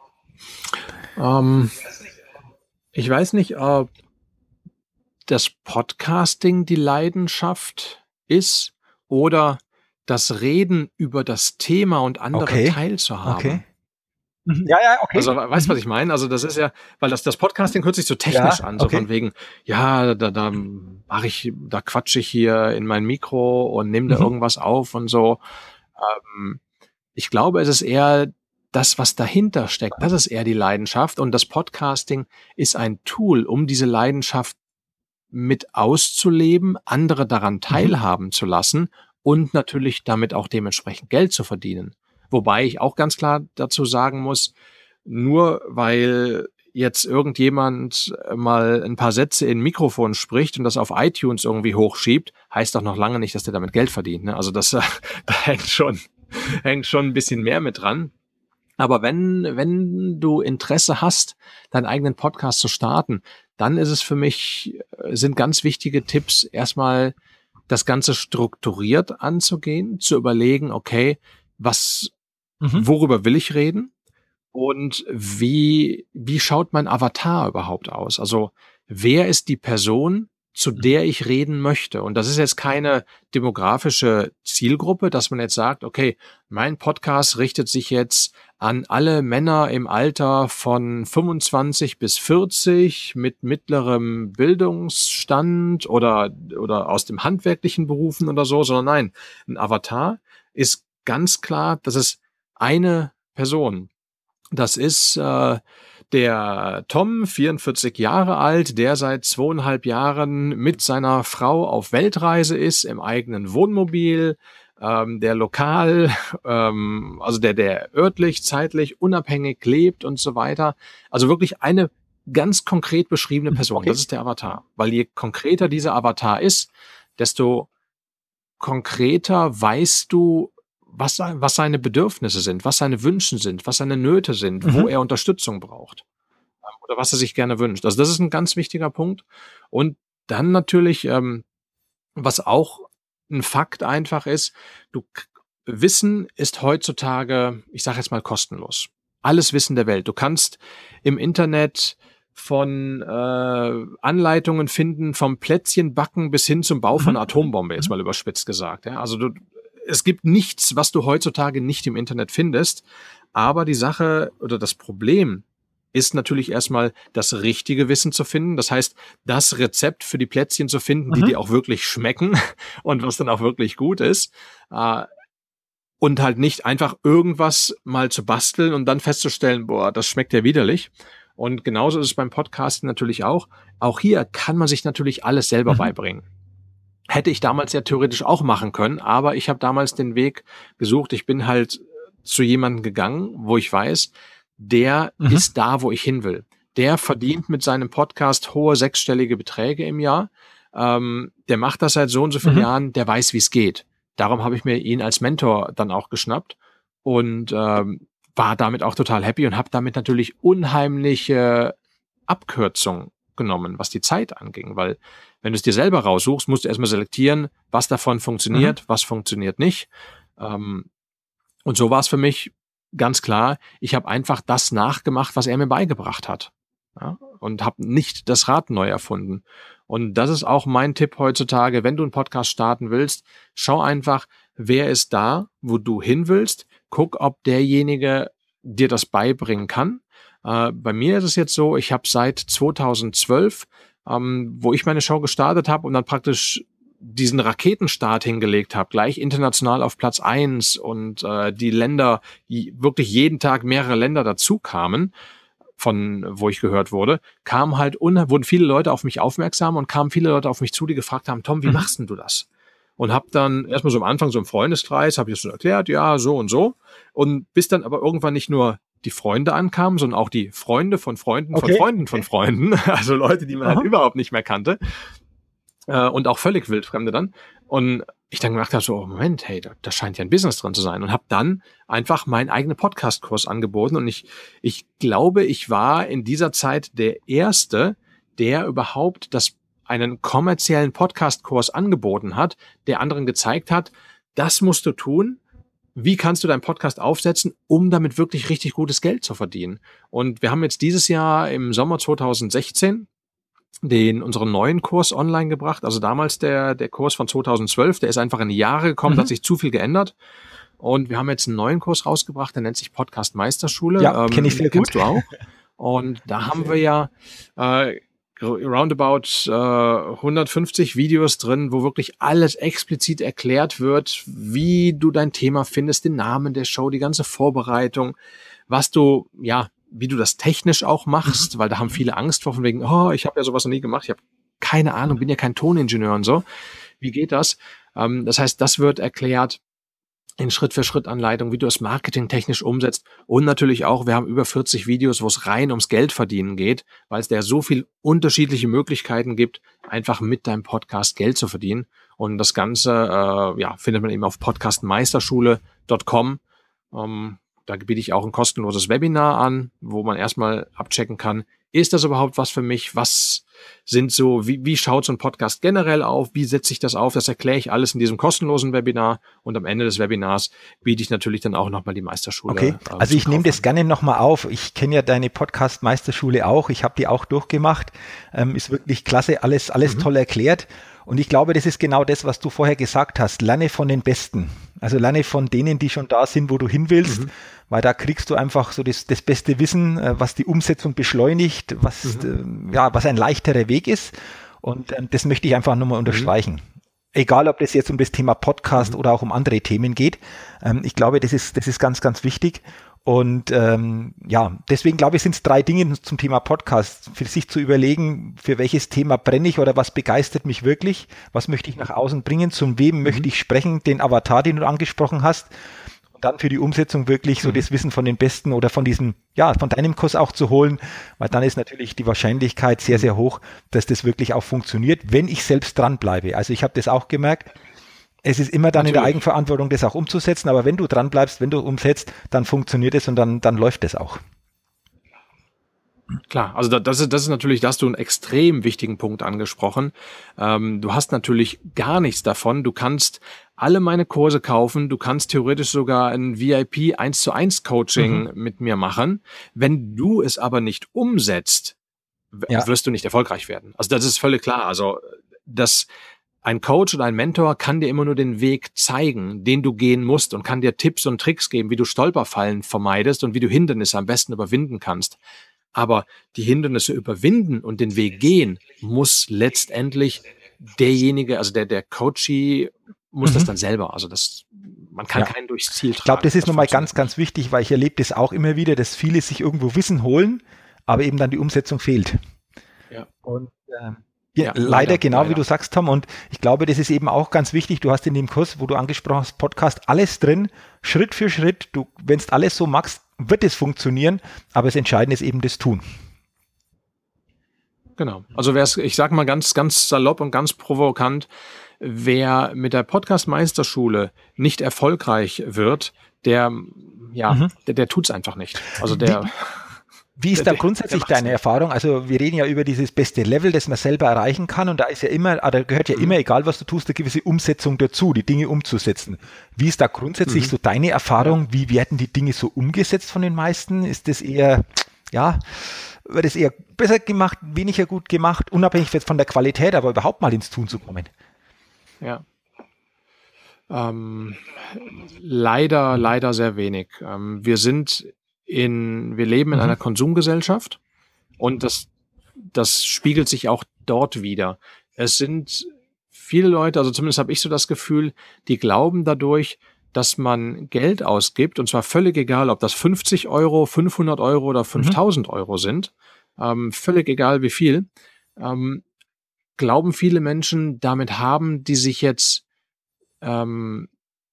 Ähm, ich weiß nicht, ob das Podcasting die Leidenschaft ist oder das Reden über das Thema und andere Okay, teilzuhaben. okay. Mhm. Ja, ja, okay. Also weißt du, Mhm. was ich meine? Also das ist ja, weil das, das Podcasting hört sich so technisch Ja, an, so okay. von wegen, ja, da, da mache ich, da quatsche ich hier in mein Mikro und nehme da Mhm. irgendwas auf und so. Ähm, ich glaube, es ist eher das, was dahinter steckt. Das ist eher die Leidenschaft. Und das Podcasting ist ein Tool, um diese Leidenschaft mit auszuleben, andere daran teilhaben zu lassen und natürlich damit auch dementsprechend Geld zu verdienen. Wobei ich auch ganz klar dazu sagen muss, nur weil jetzt irgendjemand mal ein paar Sätze in ein Mikrofon spricht und das auf iTunes irgendwie hochschiebt, heißt doch noch lange nicht, dass der damit Geld verdient. Ne? Also das da hängt schon, hängt schon ein bisschen mehr mit dran. Aber wenn, wenn du Interesse hast, deinen eigenen Podcast zu starten, dann ist es für mich, sind ganz wichtige Tipps, erstmal das Ganze strukturiert anzugehen, zu überlegen, okay, was, mhm. worüber will ich reden? Und wie, wie schaut mein Avatar überhaupt aus? Also, wer ist die Person, zu der ich reden möchte? Und das ist jetzt keine demografische Zielgruppe, dass man jetzt sagt, okay, mein Podcast richtet sich jetzt an alle Männer im Alter von fünfundzwanzig bis vierzig mit mittlerem Bildungsstand oder, oder aus dem handwerklichen Berufen oder so, sondern nein, ein Avatar ist ganz klar, das ist eine Person. Das ist äh, der Tom, vierundvierzig Jahre alt, der seit zweieinhalb Jahren mit seiner Frau auf Weltreise ist, im eigenen Wohnmobil, ähm, der lokal, ähm, also der, der örtlich, zeitlich, unabhängig lebt und so weiter. Also wirklich eine ganz konkret beschriebene Person. Okay. Das ist der Avatar. Weil je konkreter dieser Avatar ist, desto konkreter weißt du, was, was seine Bedürfnisse sind, was seine Wünsche sind, was seine Nöte sind, mhm. wo er Unterstützung braucht oder was er sich gerne wünscht. Also das ist ein ganz wichtiger Punkt. Und dann natürlich, ähm, was auch ein Fakt einfach ist, du Wissen ist heutzutage, ich sage jetzt mal kostenlos. Alles Wissen der Welt. Du kannst im Internet von äh, Anleitungen finden, vom Plätzchenbacken bis hin zum Bau von einer Atombombe, jetzt mal überspitzt gesagt. Ja? Also du Es gibt nichts, was du heutzutage nicht im Internet findest. Aber die Sache oder das Problem ist natürlich erstmal, das richtige Wissen zu finden. Das heißt, das Rezept für die Plätzchen zu finden, die mhm. dir auch wirklich schmecken und was dann auch wirklich gut ist. Und halt nicht einfach irgendwas mal zu basteln und dann festzustellen, boah, das schmeckt ja widerlich. Und genauso ist es beim Podcasten natürlich auch. Auch hier kann man sich natürlich alles selber mhm. beibringen. Hätte ich damals ja theoretisch auch machen können, aber ich habe damals den Weg gesucht. Ich bin halt zu jemandem gegangen, wo ich weiß, der mhm. ist da, wo ich hin will. Der verdient mit seinem Podcast hohe sechsstellige Beträge im Jahr. Ähm, der macht das seit so und so vielen mhm. Jahren, der weiß, wie es geht. Darum habe ich mir ihn als Mentor dann auch geschnappt und ähm, war damit auch total happy und habe damit natürlich unheimliche Abkürzungen genommen, was die Zeit anging, weil wenn du es dir selber raussuchst, musst du erstmal selektieren, was davon funktioniert, mhm. was funktioniert nicht. Ähm, und so war es für mich ganz klar, ich habe einfach das nachgemacht, was er mir beigebracht hat. Ja? Und habe nicht das Rad neu erfunden. Und das ist auch mein Tipp heutzutage, wenn du einen Podcast starten willst, schau einfach, wer ist da, wo du hin willst, guck, ob derjenige dir das beibringen kann. Äh, bei mir ist es jetzt so, ich habe seit zweitausendzwölf, ähm, wo ich meine Show gestartet habe und dann praktisch diesen Raketenstart hingelegt habe, gleich international auf Platz eins und äh, die Länder, die wirklich jeden Tag mehrere Länder dazu kamen, von wo ich gehört wurde, kamen halt un- wurden viele Leute auf mich aufmerksam und kamen viele Leute auf mich zu, die gefragt haben, Tom, wie mhm. machst denn du das? Und habe dann erstmal so am Anfang so im Freundeskreis, habe ich das so erklärt, ja, so und so. Und bis dann aber irgendwann nicht nur die Freunde ankamen, sondern auch die Freunde von Freunden okay. von Freunden von Freunden, also Leute, die man Aha. halt überhaupt nicht mehr kannte. Äh, und auch völlig Wildfremde dann. Und ich dann gedacht habe, so, oh Moment, hey, da, da scheint ja ein Business drin zu sein. Und habe dann einfach meinen eigenen Podcast-Kurs angeboten. Und ich, ich glaube, ich war in dieser Zeit der Erste, der überhaupt das einen kommerziellen Podcast-Kurs angeboten hat, der anderen gezeigt hat, das musst du tun. Wie kannst du deinen Podcast aufsetzen, um damit wirklich richtig gutes Geld zu verdienen? Und wir haben jetzt dieses Jahr im Sommer zweitausendsechzehn den unseren neuen Kurs online gebracht. Also damals der der Kurs von zweitausendzwölf, der ist einfach in die Jahre gekommen, mhm. hat sich zu viel geändert. Und wir haben jetzt einen neuen Kurs rausgebracht, der nennt sich Podcast Meisterschule. Ja, ähm, kenne ich sehr gut. Kennst du auch. Und da haben wir ja äh, roundabout äh, hundertfünfzig Videos drin, wo wirklich alles explizit erklärt wird, wie du dein Thema findest, den Namen der Show, die ganze Vorbereitung, was du, ja, wie du das technisch auch machst, weil da haben viele Angst vor, von wegen, oh, ich habe ja sowas noch nie gemacht, ich habe keine Ahnung, bin ja kein Toningenieur und so. Wie geht das? Ähm, das heißt, das wird erklärt in Schritt-für-Schritt-Anleitung, wie du das marketingtechnisch umsetzt und natürlich auch, wir haben über vierzig Videos, wo es rein ums Geldverdienen geht, weil es da so viel unterschiedliche Möglichkeiten gibt, einfach mit deinem Podcast Geld zu verdienen. Und das Ganze äh, ja, findet man eben auf podcast meisterschule punkt com. Ähm, da biete ich auch ein kostenloses Webinar an, wo man erstmal abchecken kann, ist das überhaupt was für mich? Was sind so, wie, wie schaut so ein Podcast generell auf? Wie setze ich das auf? Das erkläre ich alles in diesem kostenlosen Webinar. Und am Ende des Webinars biete ich natürlich dann auch nochmal die Meisterschule. Okay, äh, also ich nehme das gerne nochmal auf. Ich kenne ja deine Podcast-Meisterschule auch. Ich habe die auch durchgemacht. Ähm, ist wirklich klasse, alles, alles mhm. toll erklärt. Und ich glaube, das ist genau das, was du vorher gesagt hast. Lerne von den Besten. Also lerne von denen, die schon da sind, wo du hin willst. Mhm. Weil da kriegst du einfach so das, das beste Wissen, was die Umsetzung beschleunigt, was, mhm. äh, ja, was ein leichterer Weg ist. Und ähm, das möchte ich einfach nochmal unterstreichen. Mhm. Egal, ob das jetzt um das Thema Podcast mhm. oder auch um andere Themen geht. Ähm, ich glaube, das ist, das ist ganz, ganz wichtig. Und ähm, ja, deswegen glaube ich, sind es drei Dinge zum Thema Podcast. Für sich zu überlegen, für welches Thema brenne ich oder was begeistert mich wirklich, was möchte ich nach außen bringen, zu wem mhm. möchte ich sprechen, den Avatar, den du angesprochen hast. Und dann für die Umsetzung wirklich so mhm. das Wissen von den Besten oder von diesem, ja, von deinem Kurs auch zu holen, weil dann ist natürlich die Wahrscheinlichkeit sehr, sehr hoch, dass das wirklich auch funktioniert, wenn ich selbst dranbleibe. Also ich habe das auch gemerkt. Es ist immer dann Natürlich. in der Eigenverantwortung, das auch umzusetzen, aber wenn du dran bleibst, wenn du umsetzt, dann funktioniert es und dann, dann läuft es auch. Klar, also das ist, das ist natürlich, da hast du einen extrem wichtigen Punkt angesprochen. Ähm, du hast natürlich gar nichts davon. Du kannst alle meine Kurse kaufen. Du kannst theoretisch sogar ein V I P eins zu eins Coaching mhm. mit mir machen. Wenn du es aber nicht umsetzt, ja. wirst du nicht erfolgreich werden. Also das ist völlig klar. Also das Ein Coach oder ein Mentor kann dir immer nur den Weg zeigen, den du gehen musst und kann dir Tipps und Tricks geben, wie du Stolperfallen vermeidest und wie du Hindernisse am besten überwinden kannst. Aber die Hindernisse überwinden und den Weg gehen, muss letztendlich derjenige, also der, der Coachee, muss mhm. das dann selber. Also das, man kann ja. keinen durchs Ziel tragen. Ich glaube, das ist nochmal ganz, ganz wichtig, weil ich erlebe das auch immer wieder, dass viele sich irgendwo Wissen holen, aber eben dann die Umsetzung fehlt. Ja. Und ähm, Ja, ja, leider, leider, genau leider. Wie du sagst, Tom. Und ich glaube, das ist eben auch ganz wichtig. Du hast in dem Kurs, wo du angesprochen hast, Podcast, alles drin, Schritt für Schritt. Du, wenn du alles so magst, wird es funktionieren. Aber das Entscheidende ist eben das Tun. Genau. Also wer es, ich sage mal ganz, ganz salopp und ganz provokant, wer mit der Podcast-Meisterschule nicht erfolgreich wird, der, ja, mhm. der, der tut's einfach nicht. Also der... Wie? Wie ist da grundsätzlich deine Erfahrung? Also wir reden ja über dieses beste Level, das man selber erreichen kann und da ist ja immer, da gehört ja mhm. immer, egal was du tust, eine gewisse Umsetzung dazu, die Dinge umzusetzen. Wie ist da grundsätzlich mhm. so deine Erfahrung? Ja. Wie werden die Dinge so umgesetzt von den meisten? Ist das eher, ja, wird es eher besser gemacht, weniger gut gemacht, unabhängig jetzt von der Qualität, aber überhaupt mal ins Tun zu kommen? Ja. Ähm, leider, leider sehr wenig. Ähm, wir sind In, wir leben in mhm. einer Konsumgesellschaft und das, das spiegelt sich auch dort wieder. Es sind viele Leute, also zumindest habe ich so das Gefühl, die glauben dadurch, dass man Geld ausgibt und zwar völlig egal, ob das fünfzig Euro, fünfhundert Euro oder fünftausend mhm. Euro sind, ähm, völlig egal wie viel, ähm, glauben viele Menschen, damit haben die sich jetzt ähm,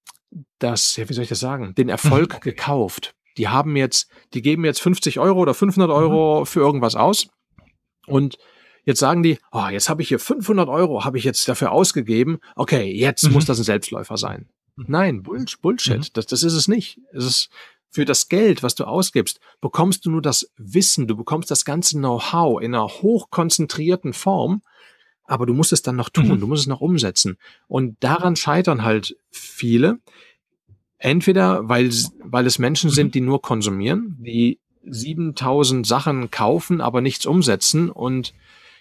das, ja, wie soll ich das sagen, den Erfolg mhm. gekauft. Die haben jetzt, die geben jetzt fünfzig Euro oder fünfhundert Euro mhm. für irgendwas aus und jetzt sagen die, oh, jetzt habe ich hier fünfhundert Euro, habe ich jetzt dafür ausgegeben, okay, jetzt mhm. muss das ein Selbstläufer sein. Mhm. Nein, Bullshit, mhm. das, das ist es nicht. Es ist für das Geld, was du ausgibst, bekommst du nur das Wissen, du bekommst das ganze Know-how in einer hochkonzentrierten Form, aber du musst es dann noch tun, mhm. du musst es noch umsetzen. Und daran scheitern halt viele. Entweder, weil, weil es Menschen sind, die nur konsumieren, die siebentausend Sachen kaufen, aber nichts umsetzen und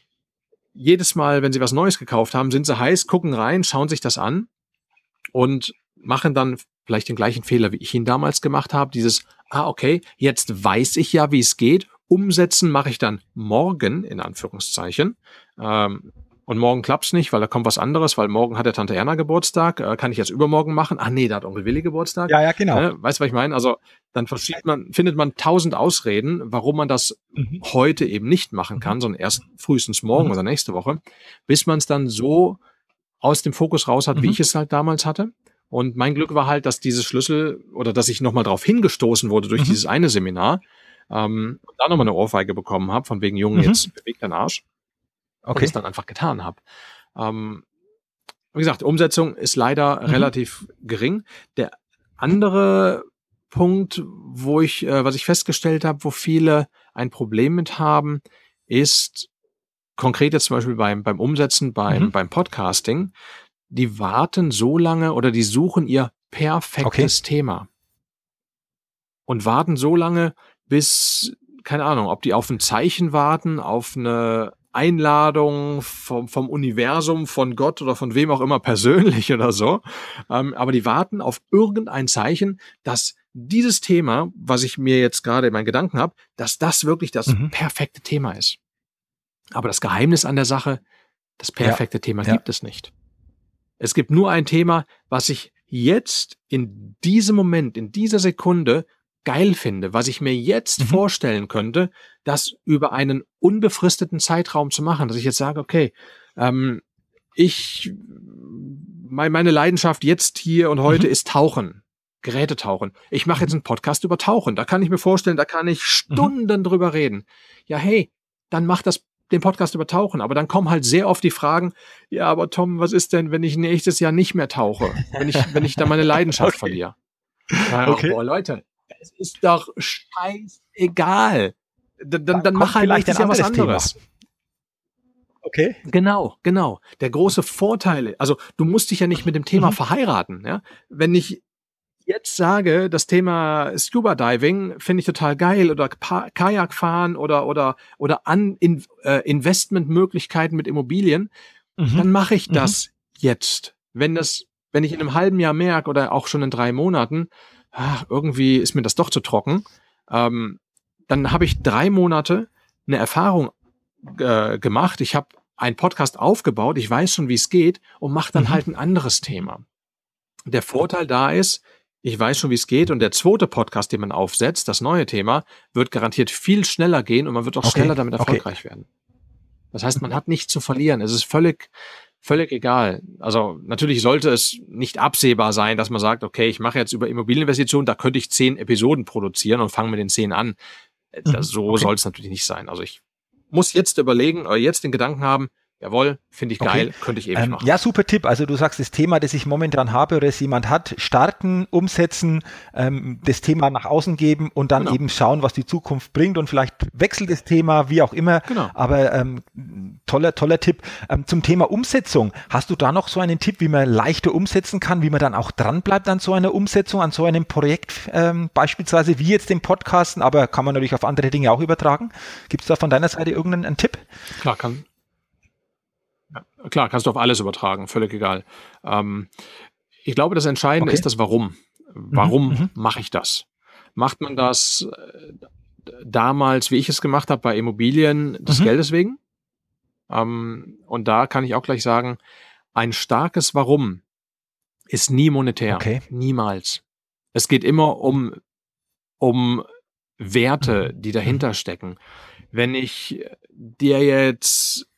jedes Mal, wenn sie was Neues gekauft haben, sind sie heiß, gucken rein, schauen sich das an und machen dann vielleicht den gleichen Fehler, wie ich ihn damals gemacht habe, dieses, ah, okay, jetzt weiß ich ja, wie es geht, umsetzen mache ich dann morgen, in Anführungszeichen, ähm, und morgen klappt's nicht, weil da kommt was anderes, weil morgen hat der Tante Erna Geburtstag, äh, kann ich jetzt übermorgen machen? Ah nee, da hat Onkel Willi Geburtstag. Ja, ja, genau. Äh, weißt du, was ich meine? Also dann verschiebt man, findet man tausend Ausreden, warum man das mhm. heute eben nicht machen kann, sondern erst frühestens morgen mhm. oder nächste Woche, bis man es dann so aus dem Fokus raus hat, mhm. wie ich es halt damals hatte. Und mein Glück war halt, dass diese Schlüssel oder dass ich nochmal drauf hingestoßen wurde durch mhm. dieses eine Seminar, ähm, und da nochmal eine Ohrfeige bekommen habe, von wegen Jungen, mhm. jetzt bewegt dein Arsch. Okay. Und es dann einfach getan habe. Ähm, wie gesagt, Umsetzung ist leider mhm. relativ gering. Der andere Punkt, wo ich, äh, was ich festgestellt habe, wo viele ein Problem mit haben, ist konkret jetzt zum Beispiel beim, beim Umsetzen, beim, mhm. beim Podcasting, die warten so lange oder die suchen ihr perfektes okay. Thema und warten so lange, bis, keine Ahnung, ob die auf ein Zeichen warten, auf eine Einladung vom, vom Universum, von Gott oder von wem auch immer persönlich oder so. Ähm, aber die warten auf irgendein Zeichen, dass dieses Thema, was ich mir jetzt gerade in meinen Gedanken habe, dass das wirklich das mhm. perfekte Thema ist. Aber das Geheimnis an der Sache, das perfekte ja. Thema ja. gibt es nicht. Es gibt nur ein Thema, was ich jetzt in diesem Moment, in dieser Sekunde geil finde, was ich mir jetzt mhm. vorstellen könnte, das über einen unbefristeten Zeitraum zu machen, dass ich jetzt sage, okay, ähm, ich, mein, meine Leidenschaft jetzt hier und heute mhm. ist Tauchen, Gerätetauchen. Ich mache jetzt einen Podcast über Tauchen, da kann ich mir vorstellen, da kann ich Stunden mhm. drüber reden. Ja, hey, dann mach das den Podcast über Tauchen, aber dann kommen halt sehr oft die Fragen, ja, aber Tom, was ist denn, wenn ich nächstes Jahr nicht mehr tauche, wenn ich, wenn ich da meine Leidenschaft okay. verliere? Ja, okay. Boah, Leute, es ist doch scheißegal. Dann, dann, dann mach halt nächstes Jahr was anderes. Thema. Okay. Genau, genau. Der große Vorteil, also du musst dich ja nicht mit dem Thema mhm. verheiraten. Ja? Wenn ich jetzt sage, das Thema Scuba Diving finde ich total geil oder pa- Kajak fahren oder oder oder an in, äh, Investmentmöglichkeiten mit Immobilien, mhm. dann mache ich das mhm. jetzt. Wenn das, wenn ich in einem halben Jahr merke oder auch schon in drei Monaten, ach, irgendwie ist mir das doch zu trocken, ähm, dann habe ich drei Monate eine Erfahrung äh, gemacht. Ich habe einen Podcast aufgebaut, ich weiß schon, wie es geht und mache dann mhm. halt ein anderes Thema. Der Vorteil da ist, ich weiß schon, wie es geht und der zweite Podcast, den man aufsetzt, das neue Thema, wird garantiert viel schneller gehen und man wird auch okay. schneller damit erfolgreich okay. werden. Das heißt, man hat nichts zu verlieren. Es ist völlig, völlig egal. Also natürlich sollte es nicht absehbar sein, dass man sagt, okay, ich mache jetzt über Immobilieninvestitionen, da könnte ich zehn Episoden produzieren und fange mit den zehn an. Das, so okay. soll es natürlich nicht sein. Also ich muss jetzt überlegen oder jetzt den Gedanken haben, jawohl, finde ich geil, okay. könnte ich ewig ähm, machen. Ja, super Tipp. Also du sagst, das Thema, das ich momentan habe oder das jemand hat, starten, umsetzen, ähm, das Thema nach außen geben und dann genau. eben schauen, was die Zukunft bringt und vielleicht wechselt das Thema, wie auch immer. Genau. Aber ähm, toller, toller Tipp. Ähm, zum Thema Umsetzung, hast du da noch so einen Tipp, wie man leichter umsetzen kann, wie man dann auch dran bleibt an so einer Umsetzung, an so einem Projekt ähm, beispielsweise, wie jetzt den Podcasten, aber kann man natürlich auf andere Dinge auch übertragen. Gibt es da von deiner Seite irgendeinen Tipp? Klar, kann Ja, klar, kannst du auf alles übertragen, völlig egal. Ähm, ich glaube, das Entscheidende okay. ist das Warum. Warum mhm, mache ich das? Macht man das äh, damals, wie ich es gemacht habe, bei Immobilien des mhm. Geldes wegen? Ähm, und da kann ich auch gleich sagen, ein starkes Warum ist nie monetär. Okay. Niemals. Es geht immer um, um Werte, die dahinter mhm. stecken. Wenn ich dir jetzt...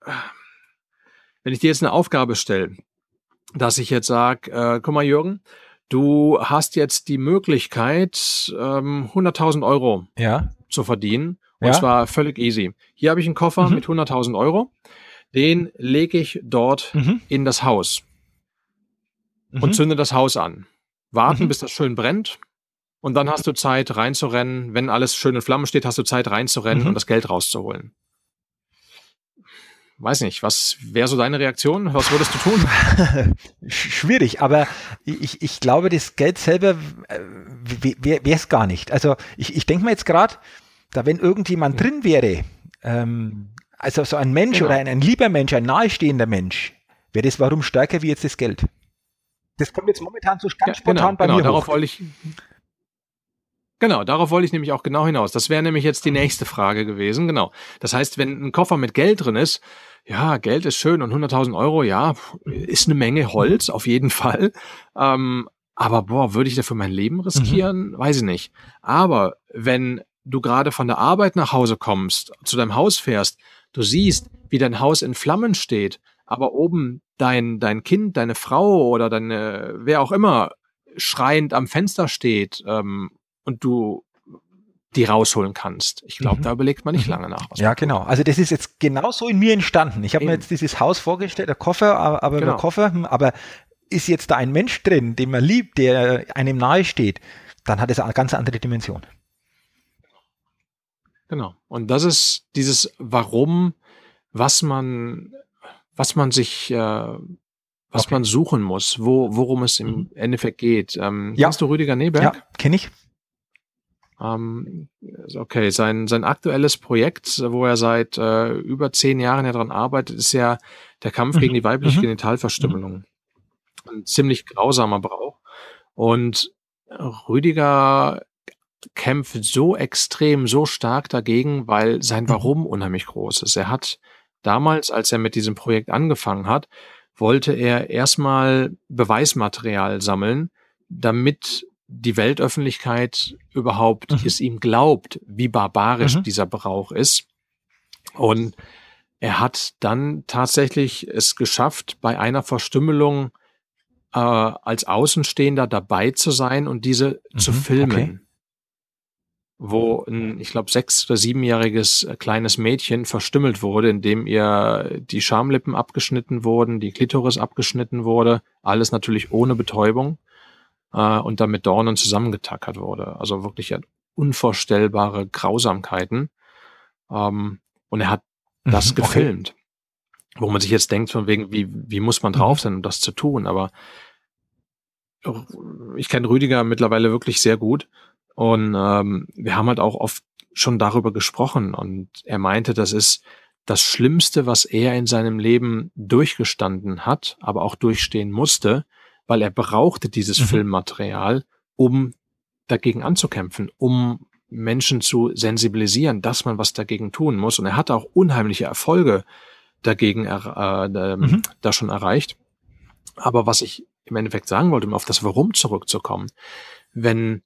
Wenn ich dir jetzt eine Aufgabe stelle, dass ich jetzt sage, äh, guck mal Jürgen, du hast jetzt die Möglichkeit, ähm, hunderttausend Euro ja. zu verdienen und ja. zwar völlig easy. Hier habe ich einen Koffer mhm. mit hunderttausend Euro, den lege ich dort mhm. in das Haus mhm. und zünde das Haus an. Warten, mhm. bis das schön brennt und dann hast du Zeit reinzurennen. Wenn alles schön in Flammen steht, hast du Zeit reinzurennen mhm. und das Geld rauszuholen. Weiß nicht, was wäre so deine Reaktion? Was würdest du tun? Schwierig, aber ich, ich glaube, das Geld selber wäre es gar nicht. Also ich, ich denke mir jetzt gerade, da wenn irgendjemand drin wäre, ähm, also so ein Mensch genau. oder ein, ein lieber Mensch, ein nahestehender Mensch, wäre das Warum stärker wie jetzt das Geld. Das kommt jetzt momentan so ganz ja, spontan genau, bei genau, mir darauf hoch. Wollte ich Genau, darauf wollte ich nämlich auch genau hinaus. Das wäre nämlich jetzt die nächste Frage gewesen. Genau. Das heißt, wenn ein Koffer mit Geld drin ist, ja, Geld ist schön und hunderttausend Euro, ja, ist eine Menge Holz, auf jeden Fall. Ähm, aber boah, würde ich dafür mein Leben riskieren? Mhm. Weiß ich nicht. Aber wenn du gerade von der Arbeit nach Hause kommst, zu deinem Haus fährst, du siehst, wie dein Haus in Flammen steht, aber oben dein, dein Kind, deine Frau oder deine, wer auch immer, schreiend am Fenster steht, ähm, und du die rausholen kannst. Ich glaube, mhm. da überlegt man nicht lange nach. Was ja, genau. Also das ist jetzt genauso in mir entstanden. Ich habe mir jetzt dieses Haus vorgestellt, der Koffer, aber, aber genau. der Koffer, aber ist jetzt da ein Mensch drin, den man liebt, der einem nahe steht, dann hat es eine ganz andere Dimension. Genau. Und das ist dieses Warum, was man, was man sich, äh, was okay. man suchen muss, wo, worum es im mhm. Endeffekt geht. Ähm, ja. Kennst du Rüdiger Neberg? Ja, kenne ich. Ähm, okay, sein, sein aktuelles Projekt, wo er seit äh, über zehn Jahren daran arbeitet, ist ja der Kampf mhm. gegen die weibliche mhm. Genitalverstümmelung. Ein ziemlich grausamer Brauch. Und Rüdiger kämpft so extrem, so stark dagegen, weil sein Warum mhm. unheimlich groß ist. Er hat damals, als er mit diesem Projekt angefangen hat, wollte er erstmal Beweismaterial sammeln, damit die Weltöffentlichkeit überhaupt mhm. es ihm glaubt, wie barbarisch mhm. dieser Brauch ist. Und er hat dann tatsächlich es geschafft, bei einer Verstümmelung äh, als Außenstehender dabei zu sein und diese mhm. zu filmen. Okay. Wo ein, ich glaube, sechs- oder siebenjähriges äh, kleines Mädchen verstümmelt wurde, indem ihr die Schamlippen abgeschnitten wurden, die Klitoris abgeschnitten wurde, alles natürlich ohne Betäubung. Und dann mit Dornen zusammengetackert wurde. Also wirklich unvorstellbare Grausamkeiten. Ähm, und er hat das okay. gefilmt. Wo man sich jetzt denkt, von wegen, wie, wie muss man drauf sein, um das zu tun? Aber ich kenne Rüdiger mittlerweile wirklich sehr gut. Und ähm, wir haben halt auch oft schon darüber gesprochen. Und er meinte, das ist das Schlimmste, was er in seinem Leben durchgestanden hat, aber auch durchstehen musste, weil er brauchte dieses mhm. Filmmaterial, um dagegen anzukämpfen, um Menschen zu sensibilisieren, dass man was dagegen tun muss. Und er hat auch unheimliche Erfolge dagegen er, äh, mhm. da schon erreicht. Aber was ich im Endeffekt sagen wollte, um auf das Warum zurückzukommen, wenn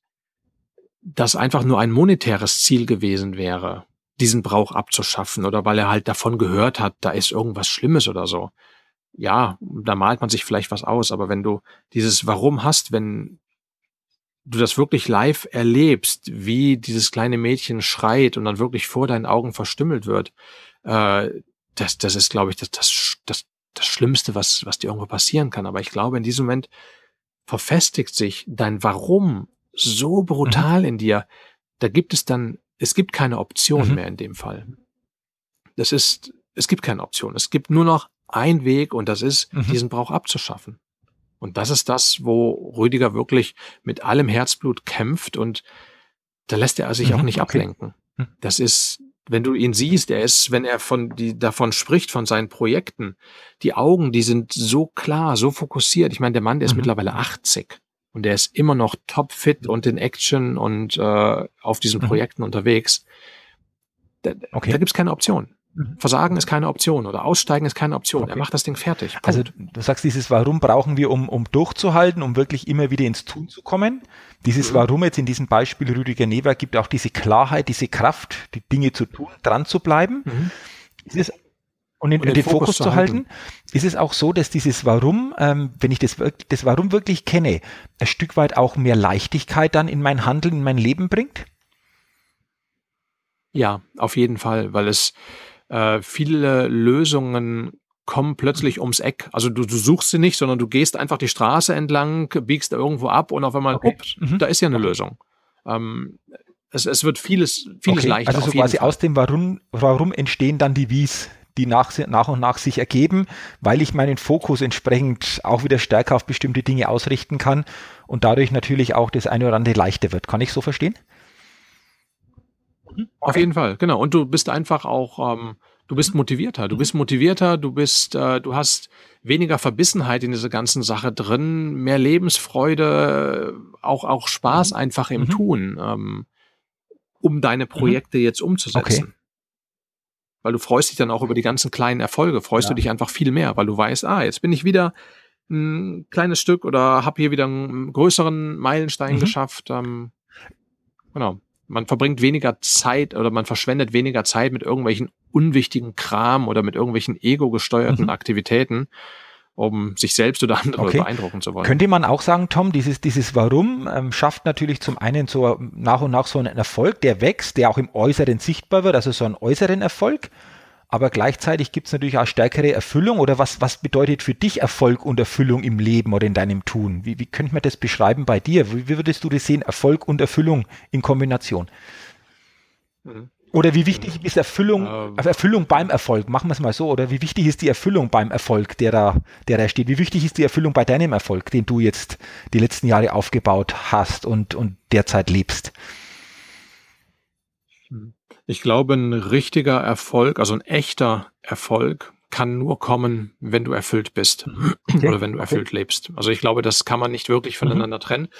das einfach nur ein monetäres Ziel gewesen wäre, diesen Brauch abzuschaffen oder weil er halt davon gehört hat, da ist irgendwas Schlimmes oder so, ja, da malt man sich vielleicht was aus, aber wenn du dieses Warum hast, wenn du das wirklich live erlebst, wie dieses kleine Mädchen schreit und dann wirklich vor deinen Augen verstümmelt wird, äh, das, das ist, glaube ich, das, das, das, das Schlimmste, was, was dir irgendwo passieren kann. Aber ich glaube, in diesem Moment verfestigt sich dein Warum so brutal mhm. in dir, da gibt es dann, es gibt keine Option mhm. mehr in dem Fall. Das ist, es gibt keine Option. Es gibt nur noch ein Weg und das ist, mhm. diesen Brauch abzuschaffen. Und das ist das, wo Rüdiger wirklich mit allem Herzblut kämpft und da lässt er sich mhm. auch nicht okay. ablenken. Das ist, wenn du ihn siehst, er ist, wenn er von die davon spricht, von seinen Projekten, die Augen, die sind so klar, so fokussiert. Ich meine, der Mann, der ist mhm. mittlerweile achtzig und der ist immer noch topfit und in Action und äh, auf diesen mhm. Projekten unterwegs. Da, okay. da gibt's keine Option. Versagen ist keine Option oder Aussteigen ist keine Option. Okay. Er macht das Ding fertig. Punkt. Also du sagst, dieses Warum brauchen wir, um, um durchzuhalten, um wirklich immer wieder ins Tun zu kommen. Dieses mhm. Warum jetzt in diesem Beispiel Rüdiger Neberg gibt auch diese Klarheit, diese Kraft, die Dinge zu tun, dran zu bleiben. Mhm. Ist es, und, in, und den, den Fokus, Fokus zu halten. halten. Ist es auch so, dass dieses Warum, ähm, wenn ich das, das Warum wirklich kenne, ein Stück weit auch mehr Leichtigkeit dann in mein Handeln, in mein Leben bringt? Ja, auf jeden Fall, weil es Äh, viele Lösungen kommen plötzlich ums Eck. Also du, du suchst sie nicht, sondern du gehst einfach die Straße entlang, biegst irgendwo ab und auf einmal, okay. ups, mhm. da ist ja eine okay. Lösung. Ähm, es, es wird vieles, vieles okay. leichter. Also so quasi Fall. Aus dem Warum, Warum entstehen dann die Wies, die nach, nach und nach sich ergeben, weil ich meinen Fokus entsprechend auch wieder stärker auf bestimmte Dinge ausrichten kann und dadurch natürlich auch das eine oder andere leichter wird. Kann ich so verstehen? Auf jeden Fall, genau. Und du bist einfach auch, ähm, du bist motivierter. Du bist motivierter, du bist, äh, du hast weniger Verbissenheit in dieser ganzen Sache drin, mehr Lebensfreude, auch, auch Spaß einfach im mhm. Tun, ähm, um deine Projekte mhm. jetzt umzusetzen. Okay. Weil du freust dich dann auch über die ganzen kleinen Erfolge, freust ja. du dich einfach viel mehr, weil du weißt, ah, jetzt bin ich wieder ein kleines Stück oder habe hier wieder einen größeren Meilenstein mhm. geschafft. Ähm, genau. Man verbringt weniger Zeit oder man verschwendet weniger Zeit mit irgendwelchen unwichtigen Kram oder mit irgendwelchen ego-gesteuerten mhm. Aktivitäten, um sich selbst oder andere okay. beeindrucken zu wollen. Könnte man auch sagen, Tom, dieses, dieses Warum ähm, schafft natürlich zum einen so nach und nach so einen Erfolg, der wächst, der auch im Äußeren sichtbar wird, also so einen äußeren Erfolg. aber gleichzeitig gibt es natürlich auch stärkere Erfüllung. Oder was, was bedeutet für dich Erfolg und Erfüllung im Leben oder in deinem Tun? Wie, wie könnte man das beschreiben bei dir? Wie, wie würdest du das sehen, Erfolg und Erfüllung in Kombination? Mhm. Oder wie wichtig ist Erfüllung, Ähm. Erfüllung beim Erfolg? Machen wir es mal so. Oder wie wichtig ist die Erfüllung beim Erfolg, der da, der da steht? Wie wichtig ist die Erfüllung bei deinem Erfolg, den du jetzt die letzten Jahre aufgebaut hast und, und derzeit lebst? Ich glaube, ein richtiger Erfolg, also ein echter Erfolg, kann nur kommen, wenn du erfüllt bist Okay. oder wenn du erfüllt Okay. lebst. Also ich glaube, das kann man nicht wirklich voneinander mhm. trennen.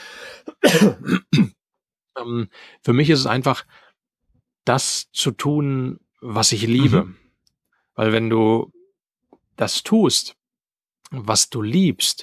ähm, für mich ist es einfach, das zu tun, was ich liebe. Mhm. Weil wenn du das tust, was du liebst,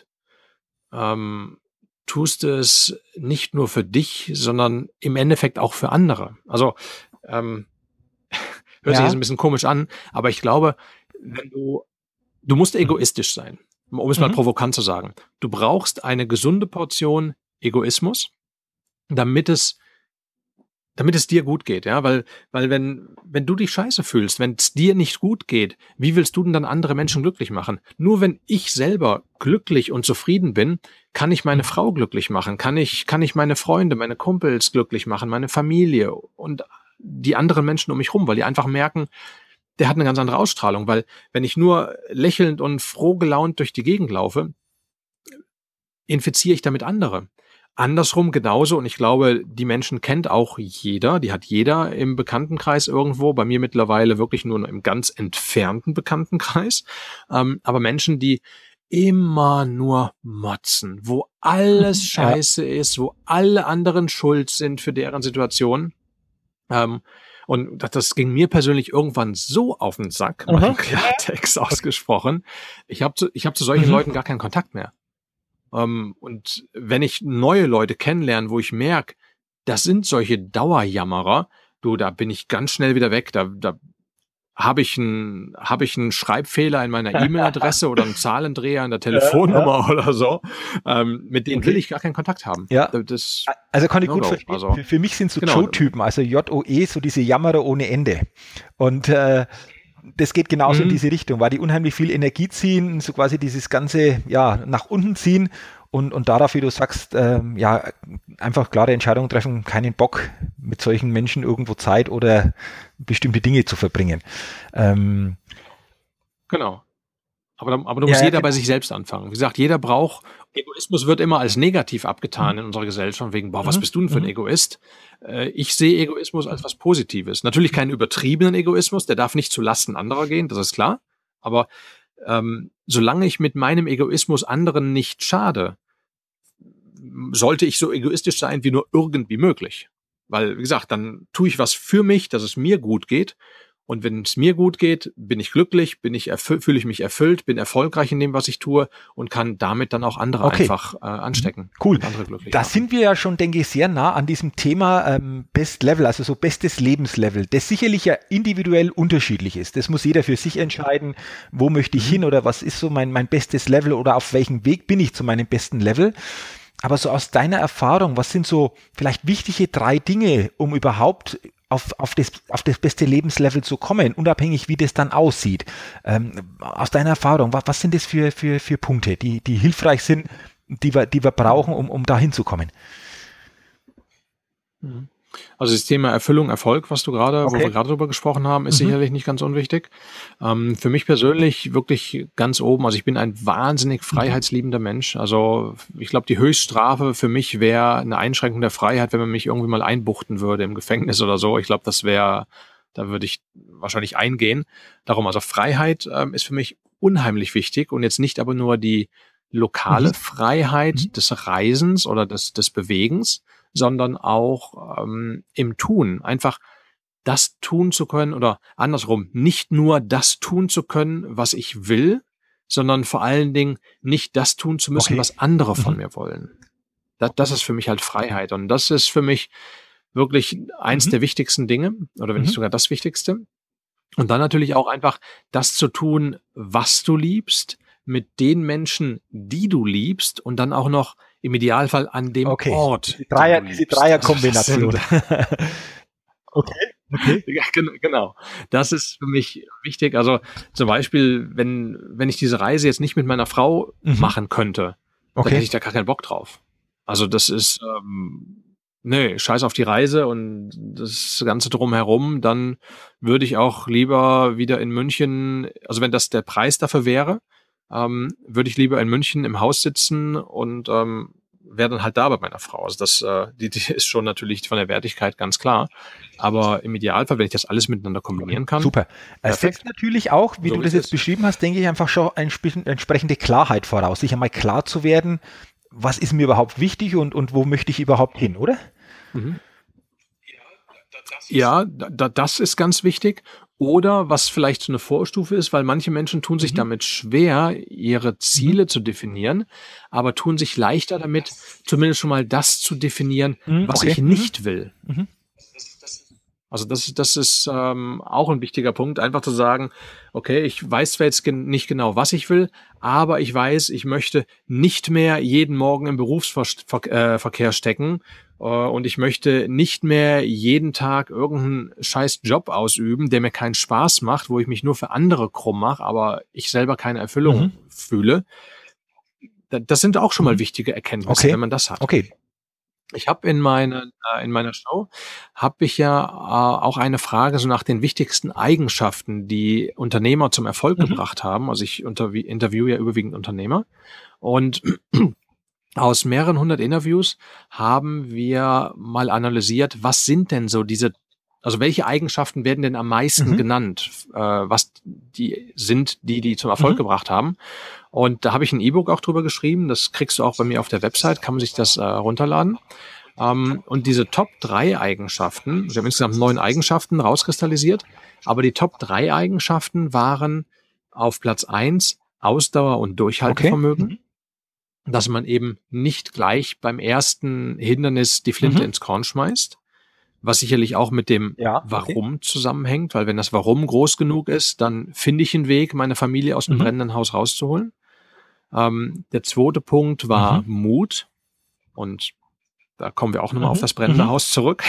ähm, tust es nicht nur für dich, sondern im Endeffekt auch für andere. Also ähm, hört ja. sich jetzt ein bisschen komisch an, aber ich glaube, wenn du, du musst egoistisch sein, um es mhm. mal provokant zu sagen. Du brauchst eine gesunde Portion Egoismus, damit es damit es dir gut geht, ja, weil, weil wenn, wenn du dich scheiße fühlst, wenn es dir nicht gut geht, wie willst du denn dann andere Menschen glücklich machen? Nur wenn ich selber glücklich und zufrieden bin, kann ich meine Frau glücklich machen, kann ich, kann ich meine Freunde, meine Kumpels glücklich machen, meine Familie und die anderen Menschen um mich rum, weil die einfach merken, der hat eine ganz andere Ausstrahlung, weil wenn ich nur lächelnd und froh gelaunt durch die Gegend laufe, infiziere ich damit andere. Andersrum genauso, und ich glaube, die Menschen kennt auch jeder, die hat jeder im Bekanntenkreis irgendwo, bei mir mittlerweile wirklich nur im ganz entfernten Bekanntenkreis, ähm, aber Menschen, die immer nur motzen, wo alles scheiße ja. ist, wo alle anderen schuld sind für deren Situation. Ähm, und das, das ging mir persönlich irgendwann so auf den Sack, mal im Klartext ausgesprochen, ich habe zu, ich hab zu solchen mhm. Leuten gar keinen Kontakt mehr. Um, und wenn ich neue Leute kennenlerne, wo ich merke, das sind solche Dauerjammerer, du, da bin ich ganz schnell wieder weg, da, da habe ich einen habe ich einen Schreibfehler in meiner E-Mail-Adresse oder einen Zahlendreher in der Telefonnummer ja, ja. oder so, ähm, mit denen okay. will ich gar keinen Kontakt haben. Ja. Das, also kann ich no gut verstehen. Also, für, für mich sind so genau. Joe-Typen, also J O E, so diese Jammerer ohne Ende. Und äh, das geht genauso mhm. in diese Richtung, weil die unheimlich viel Energie ziehen, so quasi dieses ganze, ja, nach unten ziehen und, und darauf, wie du sagst, ähm, ja, einfach klare Entscheidungen treffen, keinen Bock mit solchen Menschen irgendwo Zeit oder bestimmte Dinge zu verbringen. Ähm, genau. Aber, aber da muss ja, jeder ja, bei sich selbst anfangen. Wie gesagt, jeder braucht, Egoismus wird immer als negativ abgetan mhm. in unserer Gesellschaft, wegen, boah, was bist du denn für ein Egoist? Äh, ich sehe Egoismus als was Positives. Natürlich keinen übertriebenen Egoismus, der darf nicht zu Lasten anderer gehen, das ist klar. Aber ähm, solange ich mit meinem Egoismus anderen nicht schade, sollte ich so egoistisch sein wie nur irgendwie möglich. Weil, wie gesagt, dann tue ich was für mich, dass es mir gut geht. Und wenn es mir gut geht, bin ich glücklich, bin ich erfüll- fühle ich mich erfüllt, bin erfolgreich in dem, was ich tue und kann damit dann auch andere okay. einfach äh, anstecken. Cool. Andere glücklich da machen. Sind wir ja schon, denke ich, sehr nah an diesem Thema ähm, Best Level, also so bestes Lebenslevel, das sicherlich ja individuell unterschiedlich ist. Das muss jeder für sich entscheiden, wo möchte ich mhm. hin oder was ist so mein, mein bestes Level oder auf welchem Weg bin ich zu meinem besten Level. Aber so aus deiner Erfahrung, was sind so vielleicht wichtige drei Dinge, um überhaupt auf, auf, das, auf das beste Lebenslevel zu kommen, unabhängig wie das dann aussieht? Ähm, aus deiner Erfahrung, was, was sind das für, für, für Punkte, die, die hilfreich sind, die wir, die wir brauchen, um, um da hinzukommen? Also das Thema Erfüllung, Erfolg, was du gerade, okay. wo wir gerade drüber gesprochen haben, ist mhm. sicherlich nicht ganz unwichtig. Ähm, für mich persönlich wirklich ganz oben, also ich bin ein wahnsinnig freiheitsliebender Mensch. Also ich glaube, die Höchststrafe für mich wäre eine Einschränkung der Freiheit, wenn man mich irgendwie mal einbuchten würde im Gefängnis oder so. Ich glaube, das wäre, da würde ich wahrscheinlich eingehen. Darum, also Freiheit ähm, ist für mich unheimlich wichtig und jetzt nicht aber nur die lokale mhm. Freiheit mhm. des Reisens oder des, des Bewegens, sondern auch ähm, im Tun. Einfach das tun zu können oder andersrum, nicht nur das tun zu können, was ich will, sondern vor allen Dingen nicht das tun zu müssen, okay. was andere von mhm. mir wollen. Das, das ist für mich halt Freiheit und das ist für mich wirklich eins mhm. der wichtigsten Dinge oder wenn mhm. nicht sogar das Wichtigste. Und dann natürlich auch einfach das zu tun, was du liebst, mit den Menschen, die du liebst und dann auch noch im Idealfall an dem okay. Ort. Die Dreier, diese Dreierkombination. okay. Okay. Ja, genau. Das ist für mich wichtig. Also zum Beispiel, wenn, wenn ich diese Reise jetzt nicht mit meiner Frau mhm. machen könnte, okay. dann hätte ich da gar keinen Bock drauf. Also das ist, ähm, nee, scheiß auf die Reise und das Ganze drumherum, dann würde ich auch lieber wieder in München, also wenn das der Preis dafür wäre, ähm, würde ich lieber in München im Haus sitzen und ähm, wäre dann halt da bei meiner Frau. Also das äh, die, die ist schon natürlich von der Wertigkeit ganz klar. Aber im Idealfall, wenn ich das alles miteinander kombinieren kann. Super. Es setzt natürlich auch, wie so du das jetzt es. beschrieben hast, denke ich einfach schon eine entsprechende Klarheit voraus, sich einmal klar zu werden, was ist mir überhaupt wichtig und, und wo möchte ich überhaupt hin, oder? Mhm. Ja, da, das ist ganz wichtig. Oder was vielleicht so eine Vorstufe ist, weil manche Menschen tun sich mhm. damit schwer, ihre Ziele mhm. zu definieren, aber tun sich leichter damit, zumindest schon mal das zu definieren, mhm. was okay. ich nicht will. Mhm. Also das, das ist ähm, auch ein wichtiger Punkt, einfach zu sagen, okay, ich weiß zwar jetzt gen- nicht genau, was ich will, aber ich weiß, ich möchte nicht mehr jeden Morgen im Berufsverkehr stecken äh, und ich möchte nicht mehr jeden Tag irgendeinen scheiß Job ausüben, der mir keinen Spaß macht, wo ich mich nur für andere krumm mache, aber ich selber keine Erfüllung mhm. fühle. Das sind auch schon mal wichtige Erkenntnisse, okay. wenn man das hat. Okay. Ich habe in meiner äh, in meiner Show habe ich ja äh, auch eine Frage so nach den wichtigsten Eigenschaften, die Unternehmer zum Erfolg mhm. gebracht haben. Also ich unter, interviewe ja überwiegend Unternehmer und aus mehreren hundert Interviews haben wir mal analysiert, was sind denn so diese, also welche Eigenschaften werden denn am meisten mhm. genannt, äh, was die sind, die die zum Erfolg mhm. gebracht haben. Und da habe ich ein E-Book auch drüber geschrieben. Das kriegst du auch bei mir auf der Website, kann man sich das äh, runterladen. Ähm, und diese Top drei Eigenschaften, wir haben insgesamt neun Eigenschaften rauskristallisiert, aber die Top drei Eigenschaften waren auf Platz eins Ausdauer und Durchhaltevermögen. Okay. Mhm. Dass man eben nicht gleich beim ersten Hindernis die Flinte mhm. ins Korn schmeißt. Was sicherlich auch mit dem ja, Warum okay. zusammenhängt, weil wenn das Warum groß genug ist, dann finde ich einen Weg, meine Familie aus dem mhm. brennenden Haus rauszuholen. Ähm, der zweite Punkt war mhm. Mut. Und da kommen wir auch nochmal mhm. auf das brennende mhm. Haus zurück.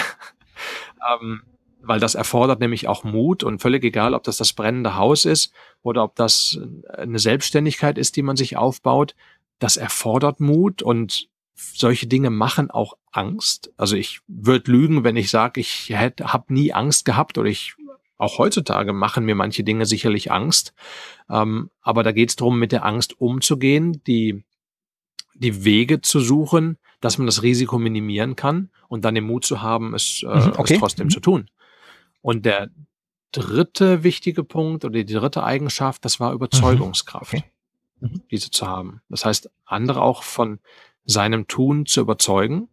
ähm, weil das erfordert nämlich auch Mut und völlig egal, ob das das brennende Haus ist oder ob das eine Selbstständigkeit ist, die man sich aufbaut, das erfordert Mut und solche Dinge machen auch Angst. Also ich würde lügen, wenn ich sage, ich habe nie Angst gehabt oder ich auch heutzutage machen mir manche Dinge sicherlich Angst. Ähm, aber da geht es darum, mit der Angst umzugehen, die, die Wege zu suchen, dass man das Risiko minimieren kann und dann den Mut zu haben, es, äh, okay. es trotzdem mhm. zu tun. Und der dritte wichtige Punkt oder die dritte Eigenschaft, das war Überzeugungskraft, okay. mhm. diese zu haben. Das heißt, andere auch von seinem Tun zu überzeugen,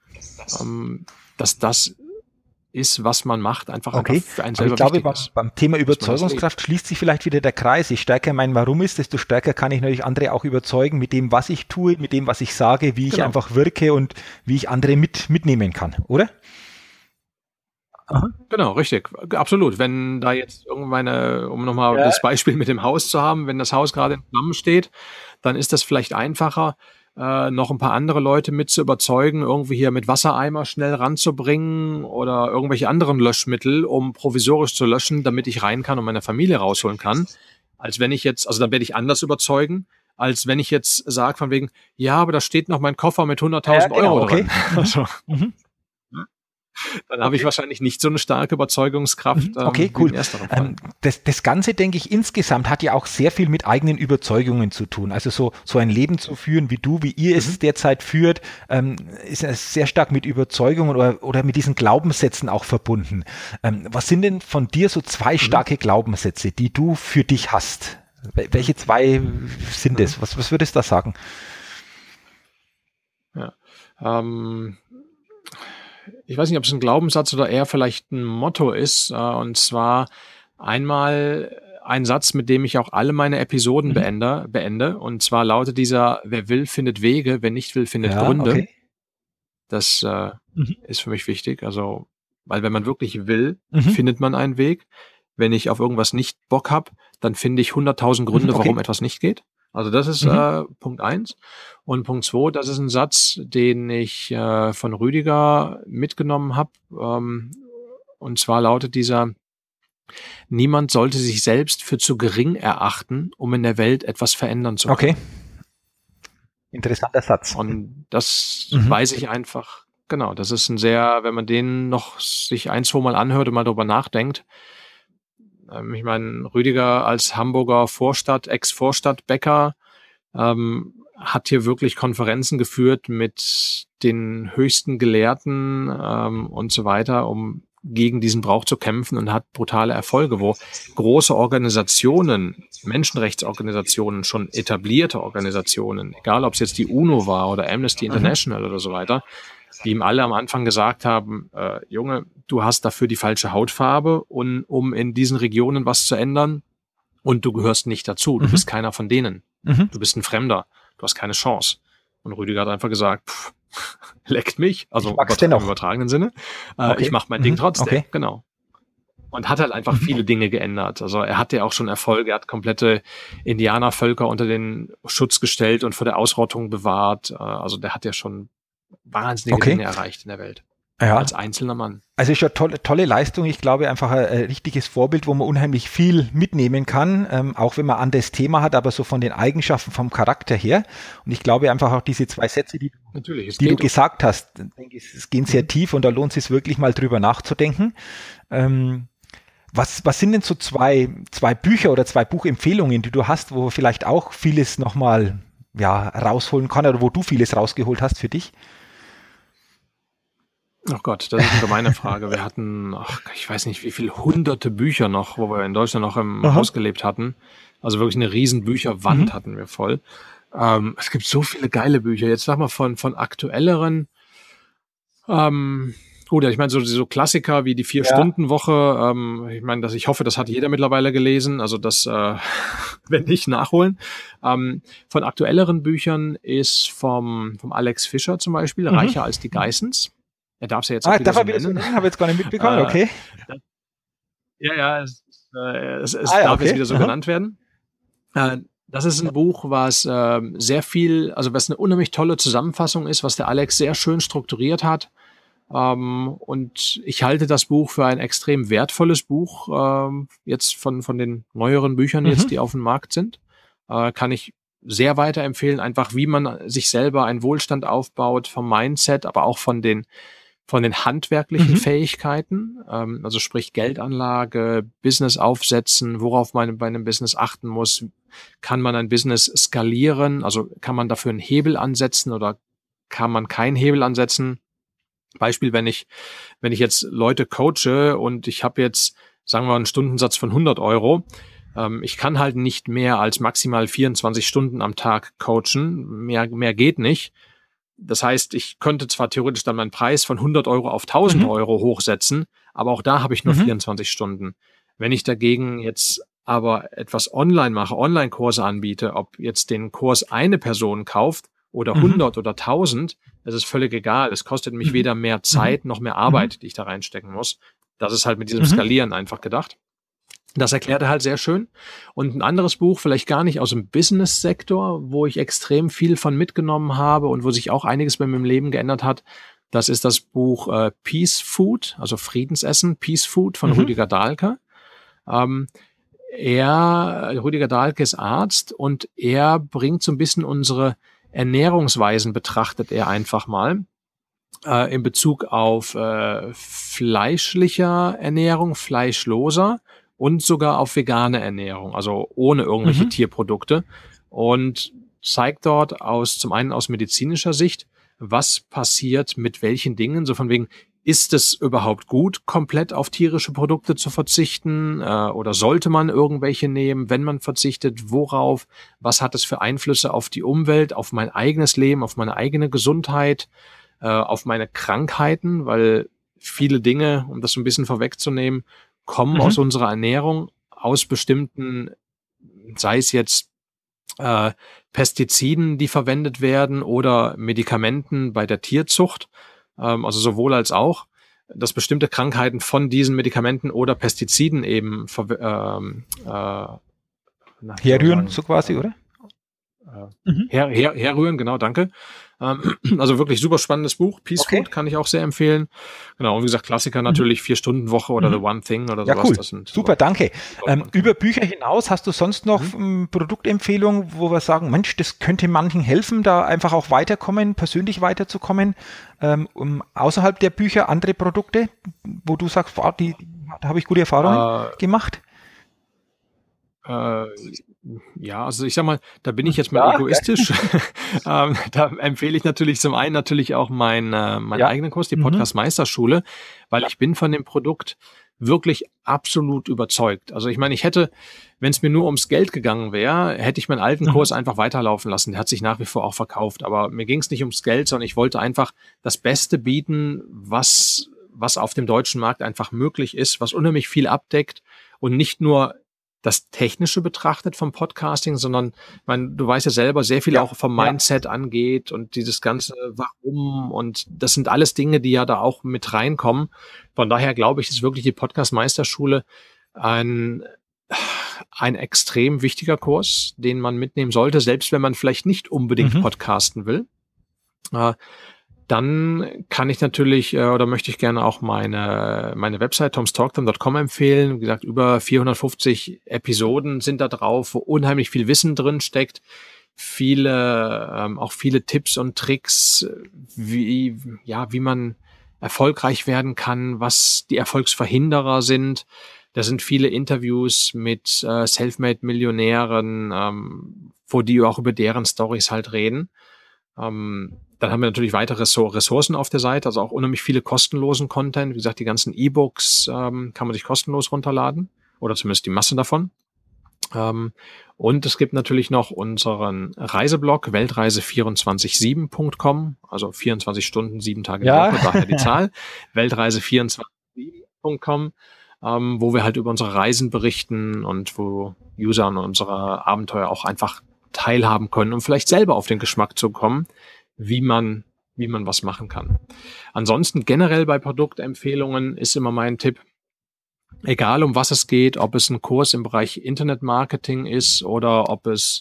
ähm, dass das ist, was man macht, einfach, okay. einfach für einen selber wichtig ist. Aber ich glaube, beim, beim Thema Überzeugungskraft schließt sich vielleicht wieder der Kreis. Je stärker mein Warum ist, desto stärker kann ich natürlich andere auch überzeugen mit dem, was ich tue, mit dem, was ich sage, wie ich genau. einfach wirke und wie ich andere mit, mitnehmen kann, oder? Aha. Genau, richtig. Absolut. Wenn da jetzt irgendwann, um nochmal ja. das Beispiel mit dem Haus zu haben, wenn das Haus gerade in Flammen steht, dann ist das vielleicht einfacher, äh, noch ein paar andere Leute mit zu überzeugen, irgendwie hier mit Wassereimer schnell ranzubringen oder irgendwelche anderen Löschmittel, um provisorisch zu löschen, damit ich rein kann und meine Familie rausholen kann. Als wenn ich jetzt, also dann werde ich anders überzeugen, als wenn ich jetzt sage von wegen, ja, aber da steht noch mein Koffer mit hunderttausend ja, genau, Euro drin. Okay. Also, mhm. Dann habe okay. ich wahrscheinlich nicht so eine starke Überzeugungskraft. Okay, ähm, cool. Ähm, das, das Ganze, denke ich, insgesamt hat ja auch sehr viel mit eigenen Überzeugungen zu tun. Also so, so ein Leben zu führen, wie du, wie ihr es mhm. derzeit führt, ähm, ist sehr stark mit Überzeugungen oder, oder mit diesen Glaubenssätzen auch verbunden. Ähm, was sind denn von dir so zwei starke mhm. Glaubenssätze, die du für dich hast? Welche zwei sind es? Was, was würdest du da sagen? Ja, ähm... Ich weiß nicht, ob es ein Glaubenssatz oder eher vielleicht ein Motto ist. Und zwar einmal ein Satz, mit dem ich auch alle meine Episoden mhm. beende, beende. Und zwar lautet dieser: Wer will, findet Wege, wer nicht will, findet ja, Gründe. Okay. Das äh, mhm. ist für mich wichtig. Also, weil wenn man wirklich will, mhm. findet man einen Weg. Wenn ich auf irgendwas nicht Bock habe, dann finde ich hunderttausend Gründe, okay. warum etwas nicht geht. Also das ist mhm. äh, Punkt eins. Und Punkt zwei, das ist ein Satz, den ich äh, von Rüdiger mitgenommen habe. Ähm, Und zwar lautet dieser: Niemand sollte sich selbst für zu gering erachten, um in der Welt etwas verändern zu können. Okay. Interessanter Satz. Und das mhm. weiß ich einfach, genau, das ist ein sehr, wenn man den noch sich ein, zwei Mal anhört und mal drüber nachdenkt. Ähm, ich meine, Rüdiger als Hamburger Vorstadt, Ex-Vorstadtbäcker, ähm, hat hier wirklich Konferenzen geführt mit den höchsten Gelehrten ähm, und so weiter, um gegen diesen Brauch zu kämpfen, und hat brutale Erfolge, wo große Organisationen, Menschenrechtsorganisationen, schon etablierte Organisationen, egal ob es jetzt die UNO war oder Amnesty International mhm. oder so weiter, die ihm alle am Anfang gesagt haben, äh, Junge, du hast dafür die falsche Hautfarbe, und, um in diesen Regionen was zu ändern, und du gehörst nicht dazu, du mhm. bist keiner von denen, mhm. du bist ein Fremder, du hast keine Chance. Und Rüdiger hat einfach gesagt, pff, leckt mich, also im übertragenen Sinne. Äh, okay. Ich mache mein mhm. Ding trotzdem, okay. genau. Und hat halt einfach mhm. viele Dinge geändert. Also er hatte ja auch schon Erfolge, er hat komplette Indianervölker unter den Schutz gestellt und vor der Ausrottung bewahrt. Also der hat ja schon wahnsinnige okay. Dinge erreicht in der Welt. Ja. Als einzelner Mann. Also ist ja tolle, tolle Leistung. Ich glaube, einfach ein, ein richtiges Vorbild, wo man unheimlich viel mitnehmen kann, ähm, auch wenn man an das Thema hat, aber so von den Eigenschaften, vom Charakter her. Und ich glaube einfach auch diese zwei Sätze, die, Natürlich, die du gesagt um. hast, denke ich, es gehen sehr mhm. tief, und da lohnt es sich wirklich mal drüber nachzudenken. Ähm, was, was sind denn so zwei, zwei Bücher oder zwei Buchempfehlungen, die du hast, wo vielleicht auch vieles nochmal ja, rausholen kann, oder wo du vieles rausgeholt hast für dich? Ach Gott, das ist eine gemeine Frage. Wir hatten, ach, ich weiß nicht, wie viele hunderte Bücher noch, wo wir in Deutschland noch im Aha. Haus gelebt hatten. Also wirklich eine riesen Bücherwand mhm. hatten wir voll. Ähm, es gibt so viele geile Bücher. Jetzt sag mal von, von aktuelleren, ähm, gut, ich meine, so, so Klassiker wie die Vier-Stunden-Woche, ähm, ich meine, dass ich hoffe, das hat jeder mittlerweile gelesen, also das, äh, wenn nicht, nachholen. Ähm, von aktuelleren Büchern ist vom, vom Alex Fischer zum Beispiel, mhm. Reicher als die Geissens. Er darf es ja jetzt auch ah, wieder darf so nennen. nennen? Habe jetzt gar nicht mitbekommen, okay. Äh, ja, ja, es, äh, es, es ah, ja, darf okay. jetzt wieder so Aha. genannt werden. Äh, das ist ein Buch, was äh, sehr viel, also was eine unheimlich tolle Zusammenfassung ist, was der Alex sehr schön strukturiert hat. Ähm, und ich halte das Buch für ein extrem wertvolles Buch, ähm, jetzt von, von den neueren Büchern mhm. jetzt, die auf dem Markt sind. Äh, kann ich sehr weiterempfehlen, einfach wie man sich selber einen Wohlstand aufbaut, vom Mindset, aber auch von den von den handwerklichen mhm. Fähigkeiten, ähm, also sprich Geldanlage, Business aufsetzen, worauf man bei einem Business achten muss, kann man ein Business skalieren, also kann man dafür einen Hebel ansetzen oder kann man keinen Hebel ansetzen. Beispiel, wenn ich wenn ich jetzt Leute coache und ich habe jetzt, sagen wir, einen Stundensatz von hundert Euro, ähm, ich kann halt nicht mehr als maximal vierundzwanzig Stunden am Tag coachen, mehr mehr geht nicht. Das heißt, ich könnte zwar theoretisch dann meinen Preis von hundert Euro auf tausend mhm. Euro hochsetzen, aber auch da habe ich nur mhm. vierundzwanzig Stunden. Wenn ich dagegen jetzt aber etwas online mache, Online-Kurse anbiete, ob jetzt den Kurs eine Person kauft oder mhm. hundert oder tausend, das ist völlig egal. Es kostet mich mhm. weder mehr Zeit noch mehr Arbeit, die ich da reinstecken muss. Das ist halt mit diesem mhm. Skalieren einfach gedacht. Das erklärt er halt sehr schön. Und ein anderes Buch, vielleicht gar nicht aus dem Business-Sektor, wo ich extrem viel von mitgenommen habe und wo sich auch einiges bei meinem Leben geändert hat, das ist das Buch äh, Peace Food, also Friedensessen, Peace Food von mhm. Rüdiger Dahlke. Ähm, er, Rüdiger Dahlke ist Arzt, und er bringt so ein bisschen unsere Ernährungsweisen, betrachtet er einfach mal. Äh, in Bezug auf äh, fleischlicher Ernährung, fleischloser, und sogar auf vegane Ernährung, also ohne irgendwelche mhm. Tierprodukte, und zeigt dort aus, zum einen aus medizinischer Sicht, was passiert mit welchen Dingen, so von wegen, ist es überhaupt gut, komplett auf tierische Produkte zu verzichten, äh, oder sollte man irgendwelche nehmen, wenn man verzichtet, worauf, was hat es für Einflüsse auf die Umwelt, auf mein eigenes Leben, auf meine eigene Gesundheit, äh, auf meine Krankheiten, weil viele Dinge, um das so ein bisschen vorwegzunehmen, kommen mhm. aus unserer Ernährung, aus bestimmten, sei es jetzt äh, Pestiziden, die verwendet werden, oder Medikamenten bei der Tierzucht, ähm, also sowohl als auch, dass bestimmte Krankheiten von diesen Medikamenten oder Pestiziden eben ver- ähm, äh, na, herrühren, so quasi, äh, oder? Äh, mhm. her, her, herrühren, genau, danke. Ähm, also wirklich super spannendes Buch. Peace Okay. Food kann ich auch sehr empfehlen. Genau, und wie gesagt, Klassiker natürlich, Vier-Stunden-Woche oder Mhm. The One Thing oder Ja, sowas. cool. Das sind Super, so, danke. super Ähm, spannend. über Bücher hinaus hast du sonst noch Mhm. ähm, Produktempfehlungen, wo wir sagen, Mensch, das könnte manchen helfen, da einfach auch weiterkommen, persönlich weiterzukommen, ähm, um außerhalb der Bücher andere Produkte, wo du sagst, wow, die, da habe ich gute Erfahrungen Äh, gemacht? Äh, ja, also ich sag mal, da bin ich jetzt mal Ja, egoistisch. ähm, da empfehle ich natürlich zum einen natürlich auch meinen äh, meinen ja. eigenen Kurs, die Mhm. Podcast Meisterschule, weil ich bin von dem Produkt wirklich absolut überzeugt. Also ich meine, ich hätte, wenn es mir nur ums Geld gegangen wäre, hätte ich meinen alten Mhm. Kurs einfach weiterlaufen lassen. Der hat sich nach wie vor auch verkauft. Aber mir ging es nicht ums Geld, sondern ich wollte einfach das Beste bieten, was was auf dem deutschen Markt einfach möglich ist, was unheimlich viel abdeckt und nicht nur das Technische betrachtet vom Podcasting, sondern ich meine, du weißt ja selber, sehr viel Ja, auch vom ja. Mindset angeht und dieses ganze Warum und das sind alles Dinge, die ja da auch mit reinkommen. Von daher glaube ich, ist wirklich die Podcast-Meisterschule ein, ein extrem wichtiger Kurs, den man mitnehmen sollte, selbst wenn man vielleicht nicht unbedingt Mhm. podcasten will. Äh, Dann kann ich natürlich äh, oder möchte ich gerne auch meine meine Website toms talk them dot com empfehlen. Wie gesagt, über vierhundertfünfzig Episoden sind da drauf, wo unheimlich viel Wissen drin steckt. Viele, ähm, auch viele Tipps und Tricks, wie, ja, wie man erfolgreich werden kann, was die Erfolgsverhinderer sind. Da sind viele Interviews mit äh, Selfmade-Millionären, ähm, wo die auch über deren Storys halt reden. Ähm, dann haben wir natürlich weitere Ressourcen auf der Seite, also auch unheimlich viele kostenlosen Content. Wie gesagt, die ganzen E-Books ähm, kann man sich kostenlos runterladen oder zumindest die Masse davon. Ähm, und es gibt natürlich noch unseren Reiseblog weltreise vierundzwanzig sieben punkt com, also vierundzwanzig Stunden, sieben Tage die Ja. Woche, daher die Zahl, weltreise vierundzwanzig sieben punkt com, ähm, wo wir halt über unsere Reisen berichten und wo User an unserer Abenteuer auch einfach teilhaben können, um vielleicht selber auf den Geschmack zu kommen, wie man, wie man was machen kann. Ansonsten generell bei Produktempfehlungen ist immer mein Tipp, egal um was es geht, ob es ein Kurs im Bereich Internetmarketing ist oder ob es,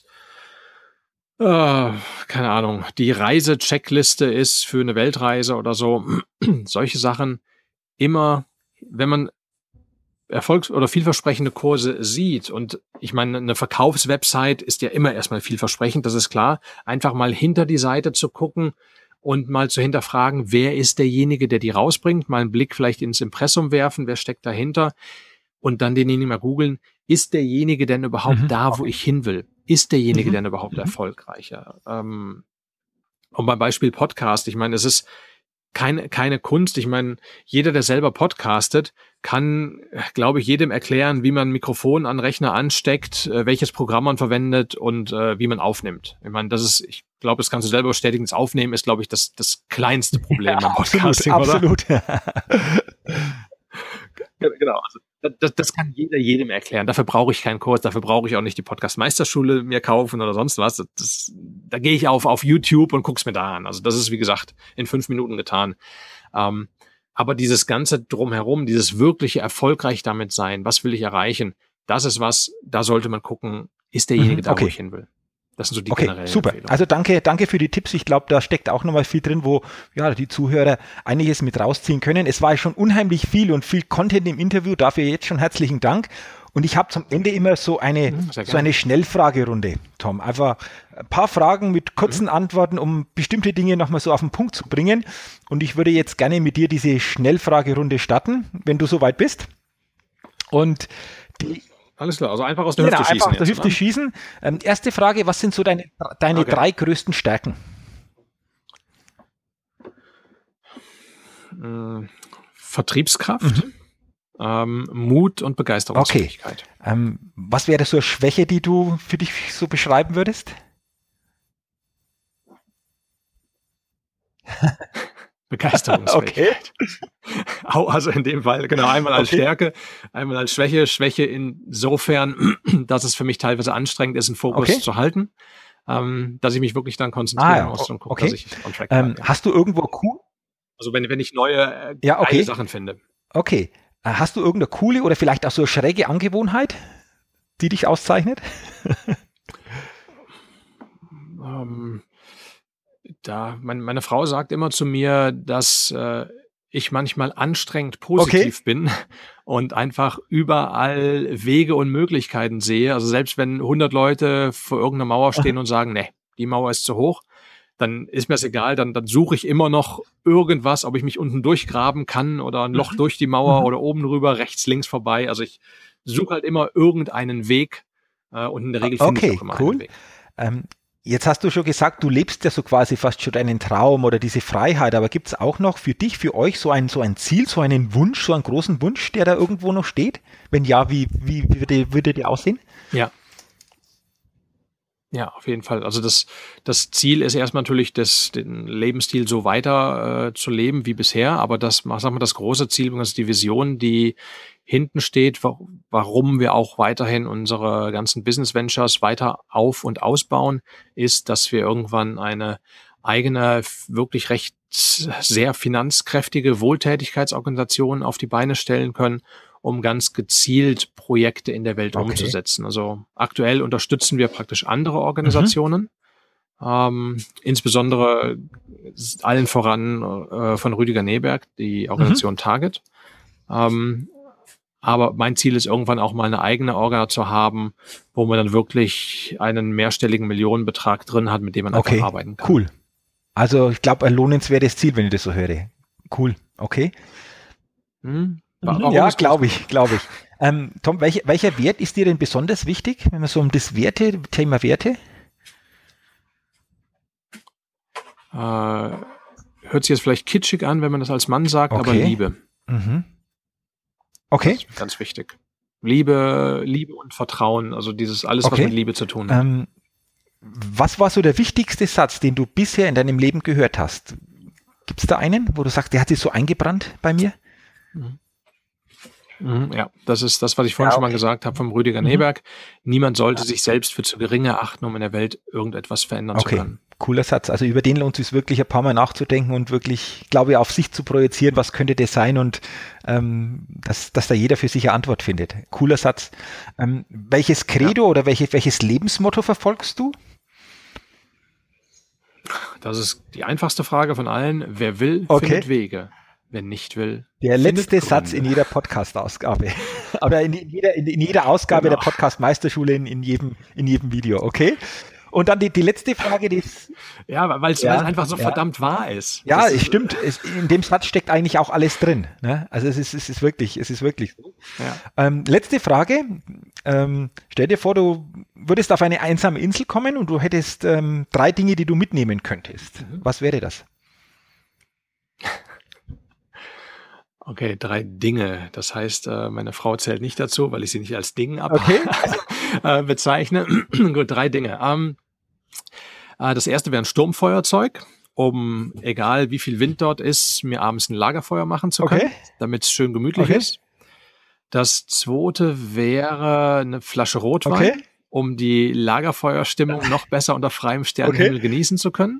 äh, keine Ahnung, die Reisecheckliste ist für eine Weltreise oder so, solche Sachen immer, wenn man erfolgs- oder vielversprechende Kurse sieht. Und ich meine, eine Verkaufswebsite ist ja immer erstmal vielversprechend, das ist klar. Einfach mal hinter die Seite zu gucken und mal zu hinterfragen, wer ist derjenige, der die rausbringt, mal einen Blick vielleicht ins Impressum werfen, wer steckt dahinter und dann denjenigen mal googeln, ist derjenige denn überhaupt Mhm. da, wo ich hin will? Ist derjenige Mhm. denn überhaupt Mhm. erfolgreicher? Ähm, und beim Beispiel Podcast, ich meine, es ist keine, keine Kunst. Ich meine, jeder, der selber podcastet, kann, glaube ich, jedem erklären, wie man ein Mikrofon an Rechner ansteckt, äh, welches Programm man verwendet und äh, wie man aufnimmt. Ich meine, das ist, ich glaube, das kannst du selber bestätigen. Das Aufnehmen ist, glaube ich, das, das kleinste Problem Ja, beim Podcasting, absolut, oder? absolut. Genau. Also das, das kann jeder jedem erklären. Dafür brauche ich keinen Kurs, dafür brauche ich auch nicht die Podcast-Meisterschule mir kaufen oder sonst was. Das, das, da gehe ich auf, auf YouTube und guck's mir da an. Also das ist, wie gesagt, in fünf Minuten getan. Ähm, aber dieses ganze Drumherum, dieses wirkliche erfolgreich damit sein, was will ich erreichen, das ist was, da sollte man gucken, ist derjenige Mhm, da, wo okay. ich hin will. Das sind so die Okay, generellen super. Empfehlungen. Also danke, danke für die Tipps. Ich glaube, da steckt auch nochmal viel drin, wo ja die Zuhörer einiges mit rausziehen können. Es war schon unheimlich viel und viel Content im Interview. Dafür jetzt schon herzlichen Dank. Und ich habe zum Ende immer so eine, Mhm, sehr so gerne. eine Schnellfragerunde, Tom. Einfach ein paar Fragen mit kurzen Mhm. Antworten, um bestimmte Dinge nochmal so auf den Punkt zu bringen. Und ich würde jetzt gerne mit dir diese Schnellfragerunde starten, wenn du soweit bist. Und die Alles klar, also einfach aus der Genau, Hüfte einfach schießen aus der jetzt, Hüfte ne? schießen. Ähm, erste Frage, was sind so deine, deine Okay. drei größten Stärken? Äh, Vertriebskraft, ähm, Mut und Begeisterungsfähigkeit. Ähm, was wäre so eine Schwäche, die du für dich so beschreiben würdest? Begeisterungsfähigkeit. Au, also in dem Fall, genau, einmal als Okay. Stärke, einmal als Schwäche. Schwäche insofern, dass es für mich teilweise anstrengend ist, einen Fokus Okay. zu halten, ähm, dass ich mich wirklich dann konzentrieren Ah, ja, muss und gucke, okay. dass ich on track bleibe. Ähm, hast du irgendwo cool? Also wenn, wenn ich neue, äh, Ja, geile okay. Sachen finde. Okay. Äh, Hast du irgendeine coole oder vielleicht auch so eine schräge Angewohnheit, die dich auszeichnet? Ähm, Da, mein, meine Frau sagt immer zu mir, dass äh, ich manchmal anstrengend positiv Okay. bin und einfach überall Wege und Möglichkeiten sehe. Also selbst wenn hundert Leute vor irgendeiner Mauer stehen und sagen, nee, die Mauer ist zu hoch, dann ist mir das egal, dann, dann suche ich immer noch irgendwas, ob ich mich unten durchgraben kann oder ein Loch Mhm. durch die Mauer Mhm. oder oben rüber, rechts, links vorbei. Also ich suche halt immer irgendeinen Weg äh, und in der Regel finde ich Okay, auch immer cool. einen Weg. Ähm, jetzt hast du schon gesagt, du lebst ja so quasi fast schon deinen Traum oder diese Freiheit, aber gibt es auch noch für dich, für euch so ein, so ein Ziel, so einen Wunsch, so einen großen Wunsch, der da irgendwo noch steht? Wenn ja, wie, wie, wie würde, würde der aussehen? Ja. Ja, auf jeden Fall. Also das, das Ziel ist erstmal natürlich, das, den Lebensstil so weiter äh, zu leben wie bisher, aber das, sag mal, das große Ziel, das ist die Vision, die hinten steht, wa- warum wir auch weiterhin unsere ganzen Business Ventures weiter auf- und ausbauen, ist, dass wir irgendwann eine eigene, wirklich recht sehr finanzkräftige Wohltätigkeitsorganisation auf die Beine stellen können, um ganz gezielt Projekte in der Welt Okay. umzusetzen. Also aktuell unterstützen wir praktisch andere Mhm. Organisationen, ähm, insbesondere allen voran äh, von Rüdiger Neberg, die Organisation Target. Ähm, aber mein Ziel ist irgendwann auch mal eine eigene Orga zu haben, wo man dann wirklich einen mehrstelligen Millionenbetrag drin hat, mit dem man Okay, einfach arbeiten kann. cool. Also ich glaube, ein lohnenswertes Ziel, wenn ich das so höre. Cool, okay. Hm? Wa- Mhm. Warum Ja, ist das glaube gut? ich, glaube ich. Ähm, Tom, welche, welcher Wert ist dir denn besonders wichtig, wenn man so um das Werte, Thema Werte? Äh, hört sich jetzt vielleicht kitschig an, wenn man das als Mann sagt, aber Okay. Liebe. Mhm. Das Okay. ist ganz wichtig. Liebe, Liebe und Vertrauen, also dieses alles, was Okay. mit Liebe zu tun hat. Ähm, was war so der wichtigste Satz, den du bisher in deinem Leben gehört hast? Gibt es da einen, wo du sagst, der hat sich so eingebrannt bei mir? Mhm. Mhm, ja, das ist das, was ich vorhin Ja, schon mal okay. gesagt habe vom Rüdiger Mhm. Neberg. Niemand sollte sich selbst für zu gering erachten, um in der Welt irgendetwas verändern zu Okay, können. cooler Satz. Also über den lohnt es sich wirklich ein paar Mal nachzudenken und wirklich, glaube ich, auf sich zu projizieren, was könnte das sein und ähm, dass, dass da jeder für sich eine Antwort findet. Cooler Satz. Ähm, welches Credo oder welche, welches Lebensmotto verfolgst du? Das ist die einfachste Frage von allen. Wer will, Okay. findet Wege. Wer nicht will, Der findet letzte Satz Gründe. in jeder Podcast-Ausgabe. Oder in, in, jeder, in, in jeder Ausgabe Genau. der Podcast-Meisterschule in, in, jedem, in jedem Video, okay? Und dann die, die letzte Frage, die ist, Ja, weil es Ja, einfach so ja. verdammt wahr ist. ja, Das es ist, stimmt. Es, in dem Satz steckt eigentlich auch alles drin. Ne? Also es ist, es ist wirklich, es ist wirklich so. Ja. Ähm, letzte Frage. Ähm, stell dir vor, du würdest auf eine einsame Insel kommen und du hättest ähm, drei Dinge, die du mitnehmen könntest. Mhm. Was wäre das? Okay, drei Dinge. Das heißt, äh, meine Frau zählt nicht dazu, weil ich sie nicht als Ding ab Okay. äh, bezeichne. Gut, drei Dinge. Ähm, äh, das erste wäre ein Sturmfeuerzeug, um, egal wie viel Wind dort ist, mir abends ein Lagerfeuer machen zu können, Okay. damit es schön gemütlich Okay. ist. Das zweite wäre eine Flasche Rotwein, Okay. um die Lagerfeuerstimmung noch besser unter freiem Sternenhimmel genießen zu können.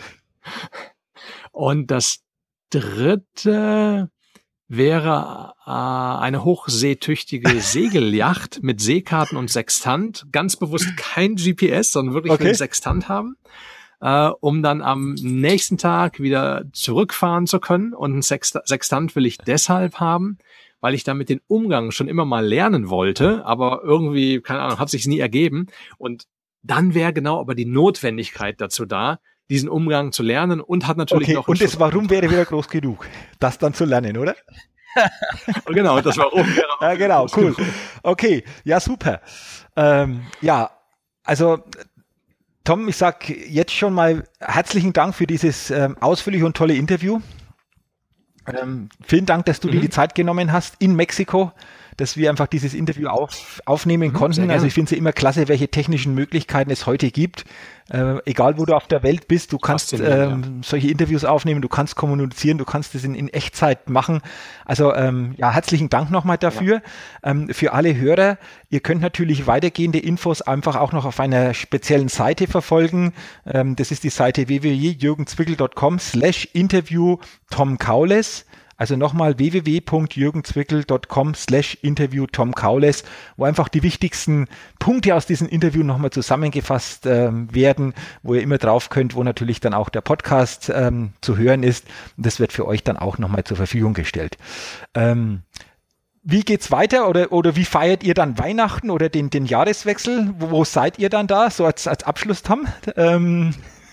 Und das dritte wäre äh, eine hochseetüchtige Segelyacht mit Seekarten und Sextant. Ganz bewusst kein G P S, sondern wirklich Okay. einen Sextant haben, äh, um dann am nächsten Tag wieder zurückfahren zu können. Und einen Sext Sextant will ich deshalb haben, weil ich damit den Umgang schon immer mal lernen wollte, aber irgendwie, keine Ahnung, hat sich's nie ergeben. Und dann wäre genau aber die Notwendigkeit dazu da, diesen Umgang zu lernen und hat natürlich Okay. noch einen Und das Schuss Warum Abenteuer. wäre wieder groß genug, das dann zu lernen, oder? Genau, das Warum wäre auch Ja, genau, groß cool. genug. Okay, ja, super. Ähm, ja, also Tom, ich sag jetzt schon mal herzlichen Dank für dieses ähm, ausführliche und tolle Interview. Ähm, vielen Dank, dass du dir Mhm. die Zeit genommen hast in Mexiko, dass wir einfach dieses Interview auf, aufnehmen Mhm, sehr konnten. gerne. Also ich finde es ja immer klasse, welche technischen Möglichkeiten es heute gibt. Äh, egal, wo du auf der Welt bist, du kannst Faszinierend, ähm, solche Interviews aufnehmen, du kannst kommunizieren, du kannst das in, in Echtzeit machen. Also ähm, ja, herzlichen Dank nochmal dafür. Ähm, für alle Hörer, ihr könnt natürlich weitergehende Infos einfach auch noch auf einer speziellen Seite verfolgen. Ähm, das ist die Seite w w w punkt jürgenzwickel punkt com slash interview Tom Kaules. Also nochmal w w w punkt jürgen zwickel punkt com slash interview Tom Kaules, wo einfach die wichtigsten Punkte aus diesem Interview nochmal zusammengefasst ähm, werden, wo ihr immer drauf könnt, wo natürlich dann auch der Podcast ähm, zu hören ist. Und das wird für euch dann auch nochmal zur Verfügung gestellt. Ähm, Wie geht's weiter oder, oder wie feiert ihr dann Weihnachten oder den, den Jahreswechsel? Wo, wo seid ihr dann da, so als, als Abschluss, Tom? Ähm.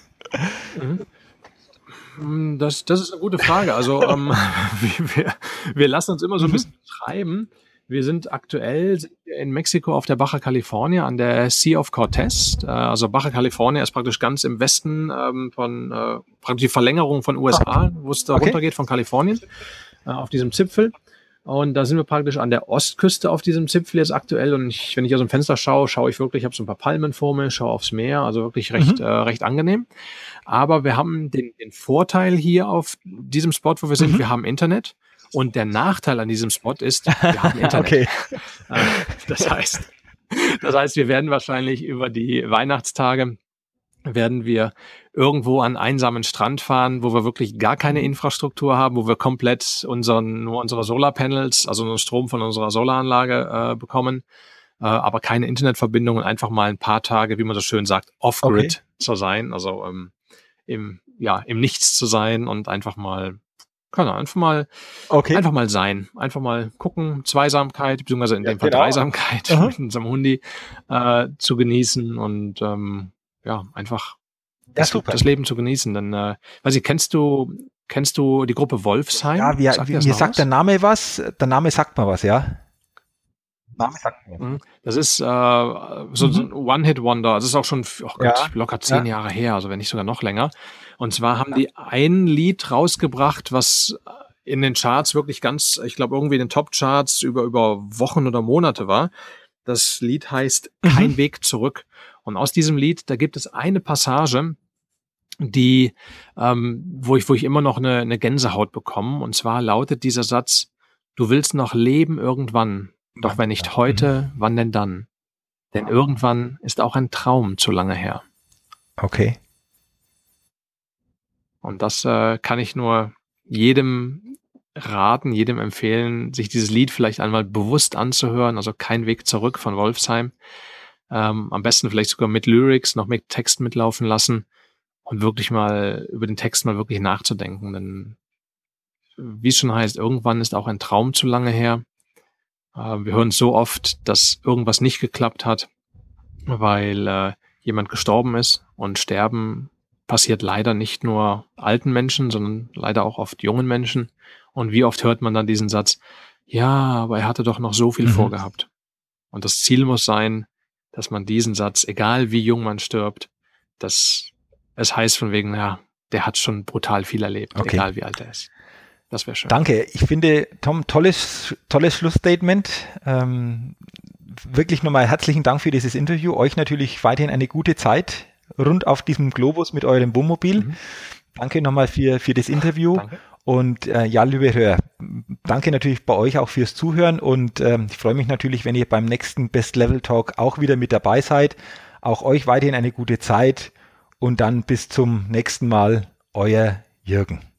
Das, das ist eine gute Frage. Also ähm, wir, wir lassen uns immer so ein bisschen treiben. Wir sind aktuell sind wir in Mexiko auf der Baja California an der Sea of Cortez. Äh, also Baja California ist praktisch ganz im Westen ähm, von äh, praktisch die Verlängerung von U S A, wo es da Okay. runtergeht von Kalifornien äh, auf diesem Zipfel. Und da sind wir praktisch an der Ostküste auf diesem Zipfel jetzt aktuell. Und ich, wenn ich aus dem Fenster schaue, schaue ich wirklich, ich habe so ein paar Palmen vor mir, schaue aufs Meer, also wirklich recht, Mhm. äh, recht angenehm. Aber wir haben den, den Vorteil hier auf diesem Spot, wo wir sind, Mhm. wir haben Internet. Und der Nachteil an diesem Spot ist, wir haben Internet. Okay. Äh, Das heißt, das heißt, wir werden wahrscheinlich über die Weihnachtstage werden wir irgendwo an einen einsamen Strand fahren, wo wir wirklich gar keine Infrastruktur haben, wo wir komplett unseren, nur unsere Solarpanels, also den Strom von unserer Solaranlage äh, bekommen, äh, aber keine Internetverbindung und einfach mal ein paar Tage, wie man so schön sagt, off-grid Okay. zu sein, also ähm, im, ja, im Nichts zu sein und einfach mal, keine Ahnung, einfach mal Okay. Einfach mal sein, einfach mal gucken, Zweisamkeit, beziehungsweise in Ja, dem Fall genau. Dreisamkeit Aha. mit unserem Hundi äh, zu genießen und ähm, ja, einfach Ja, das, super. das Leben zu genießen. Dann, äh, weiß ich, kennst du, kennst du die Gruppe Wolfsheim? Ja, wir, Sagt dir mir das noch sagt was? der Name was. Der Name sagt mir was, ja. Name sagt mir. Mhm. Das ist äh, so, so Mhm. ein One-Hit-Wonder. Das ist auch schon, oh Gott, Ja, locker zehn ja. Jahre her, also wenn nicht sogar noch länger. Und zwar haben die ein Lied rausgebracht, was in den Charts wirklich ganz, ich glaube irgendwie in den Top-Charts über, über Wochen oder Monate war. Das Lied heißt Kein Mhm. Weg zurück. Und aus diesem Lied, da gibt es eine Passage, die, ähm, wo ich, wo ich immer noch eine, eine Gänsehaut bekomme. Und zwar lautet dieser Satz: Du willst noch leben irgendwann, doch wenn nicht heute, wann denn dann? Denn irgendwann ist auch ein Traum zu lange her. Okay. Und das äh, kann ich nur jedem raten, jedem empfehlen, sich dieses Lied vielleicht einmal bewusst anzuhören. Also Kein Weg zurück von Wolfsheim. Ähm, am besten vielleicht sogar mit Lyrics, noch mit Text mitlaufen lassen und wirklich mal über den Text mal wirklich nachzudenken. Denn wie es schon heißt, irgendwann ist auch ein Traum zu lange her. Äh, wir hören so oft, dass irgendwas nicht geklappt hat, weil äh, jemand gestorben ist. Und Sterben passiert leider nicht nur alten Menschen, sondern leider auch oft jungen Menschen. Und wie oft hört man dann diesen Satz: Ja, aber er hatte doch noch so viel Mhm. vorgehabt. Und das Ziel muss sein, dass man diesen Satz, egal wie jung man stirbt, dass es heißt von wegen, ja, der hat schon brutal viel erlebt, Okay. egal wie alt er ist. Das wäre schön. Danke. Ich finde, Tom, tolles, tolles Schlussstatement. Ähm, wirklich nochmal herzlichen Dank für dieses Interview. Euch natürlich weiterhin eine gute Zeit rund auf diesem Globus mit eurem Wohnmobil. Mhm. Danke nochmal für, für das Interview. Danke. Und äh, ja, liebe Hörer, danke natürlich bei euch auch fürs Zuhören und ähm, ich freue mich natürlich, wenn ihr beim nächsten Best Level Talk auch wieder mit dabei seid. Auch euch weiterhin eine gute Zeit und dann bis zum nächsten Mal, euer Jürgen.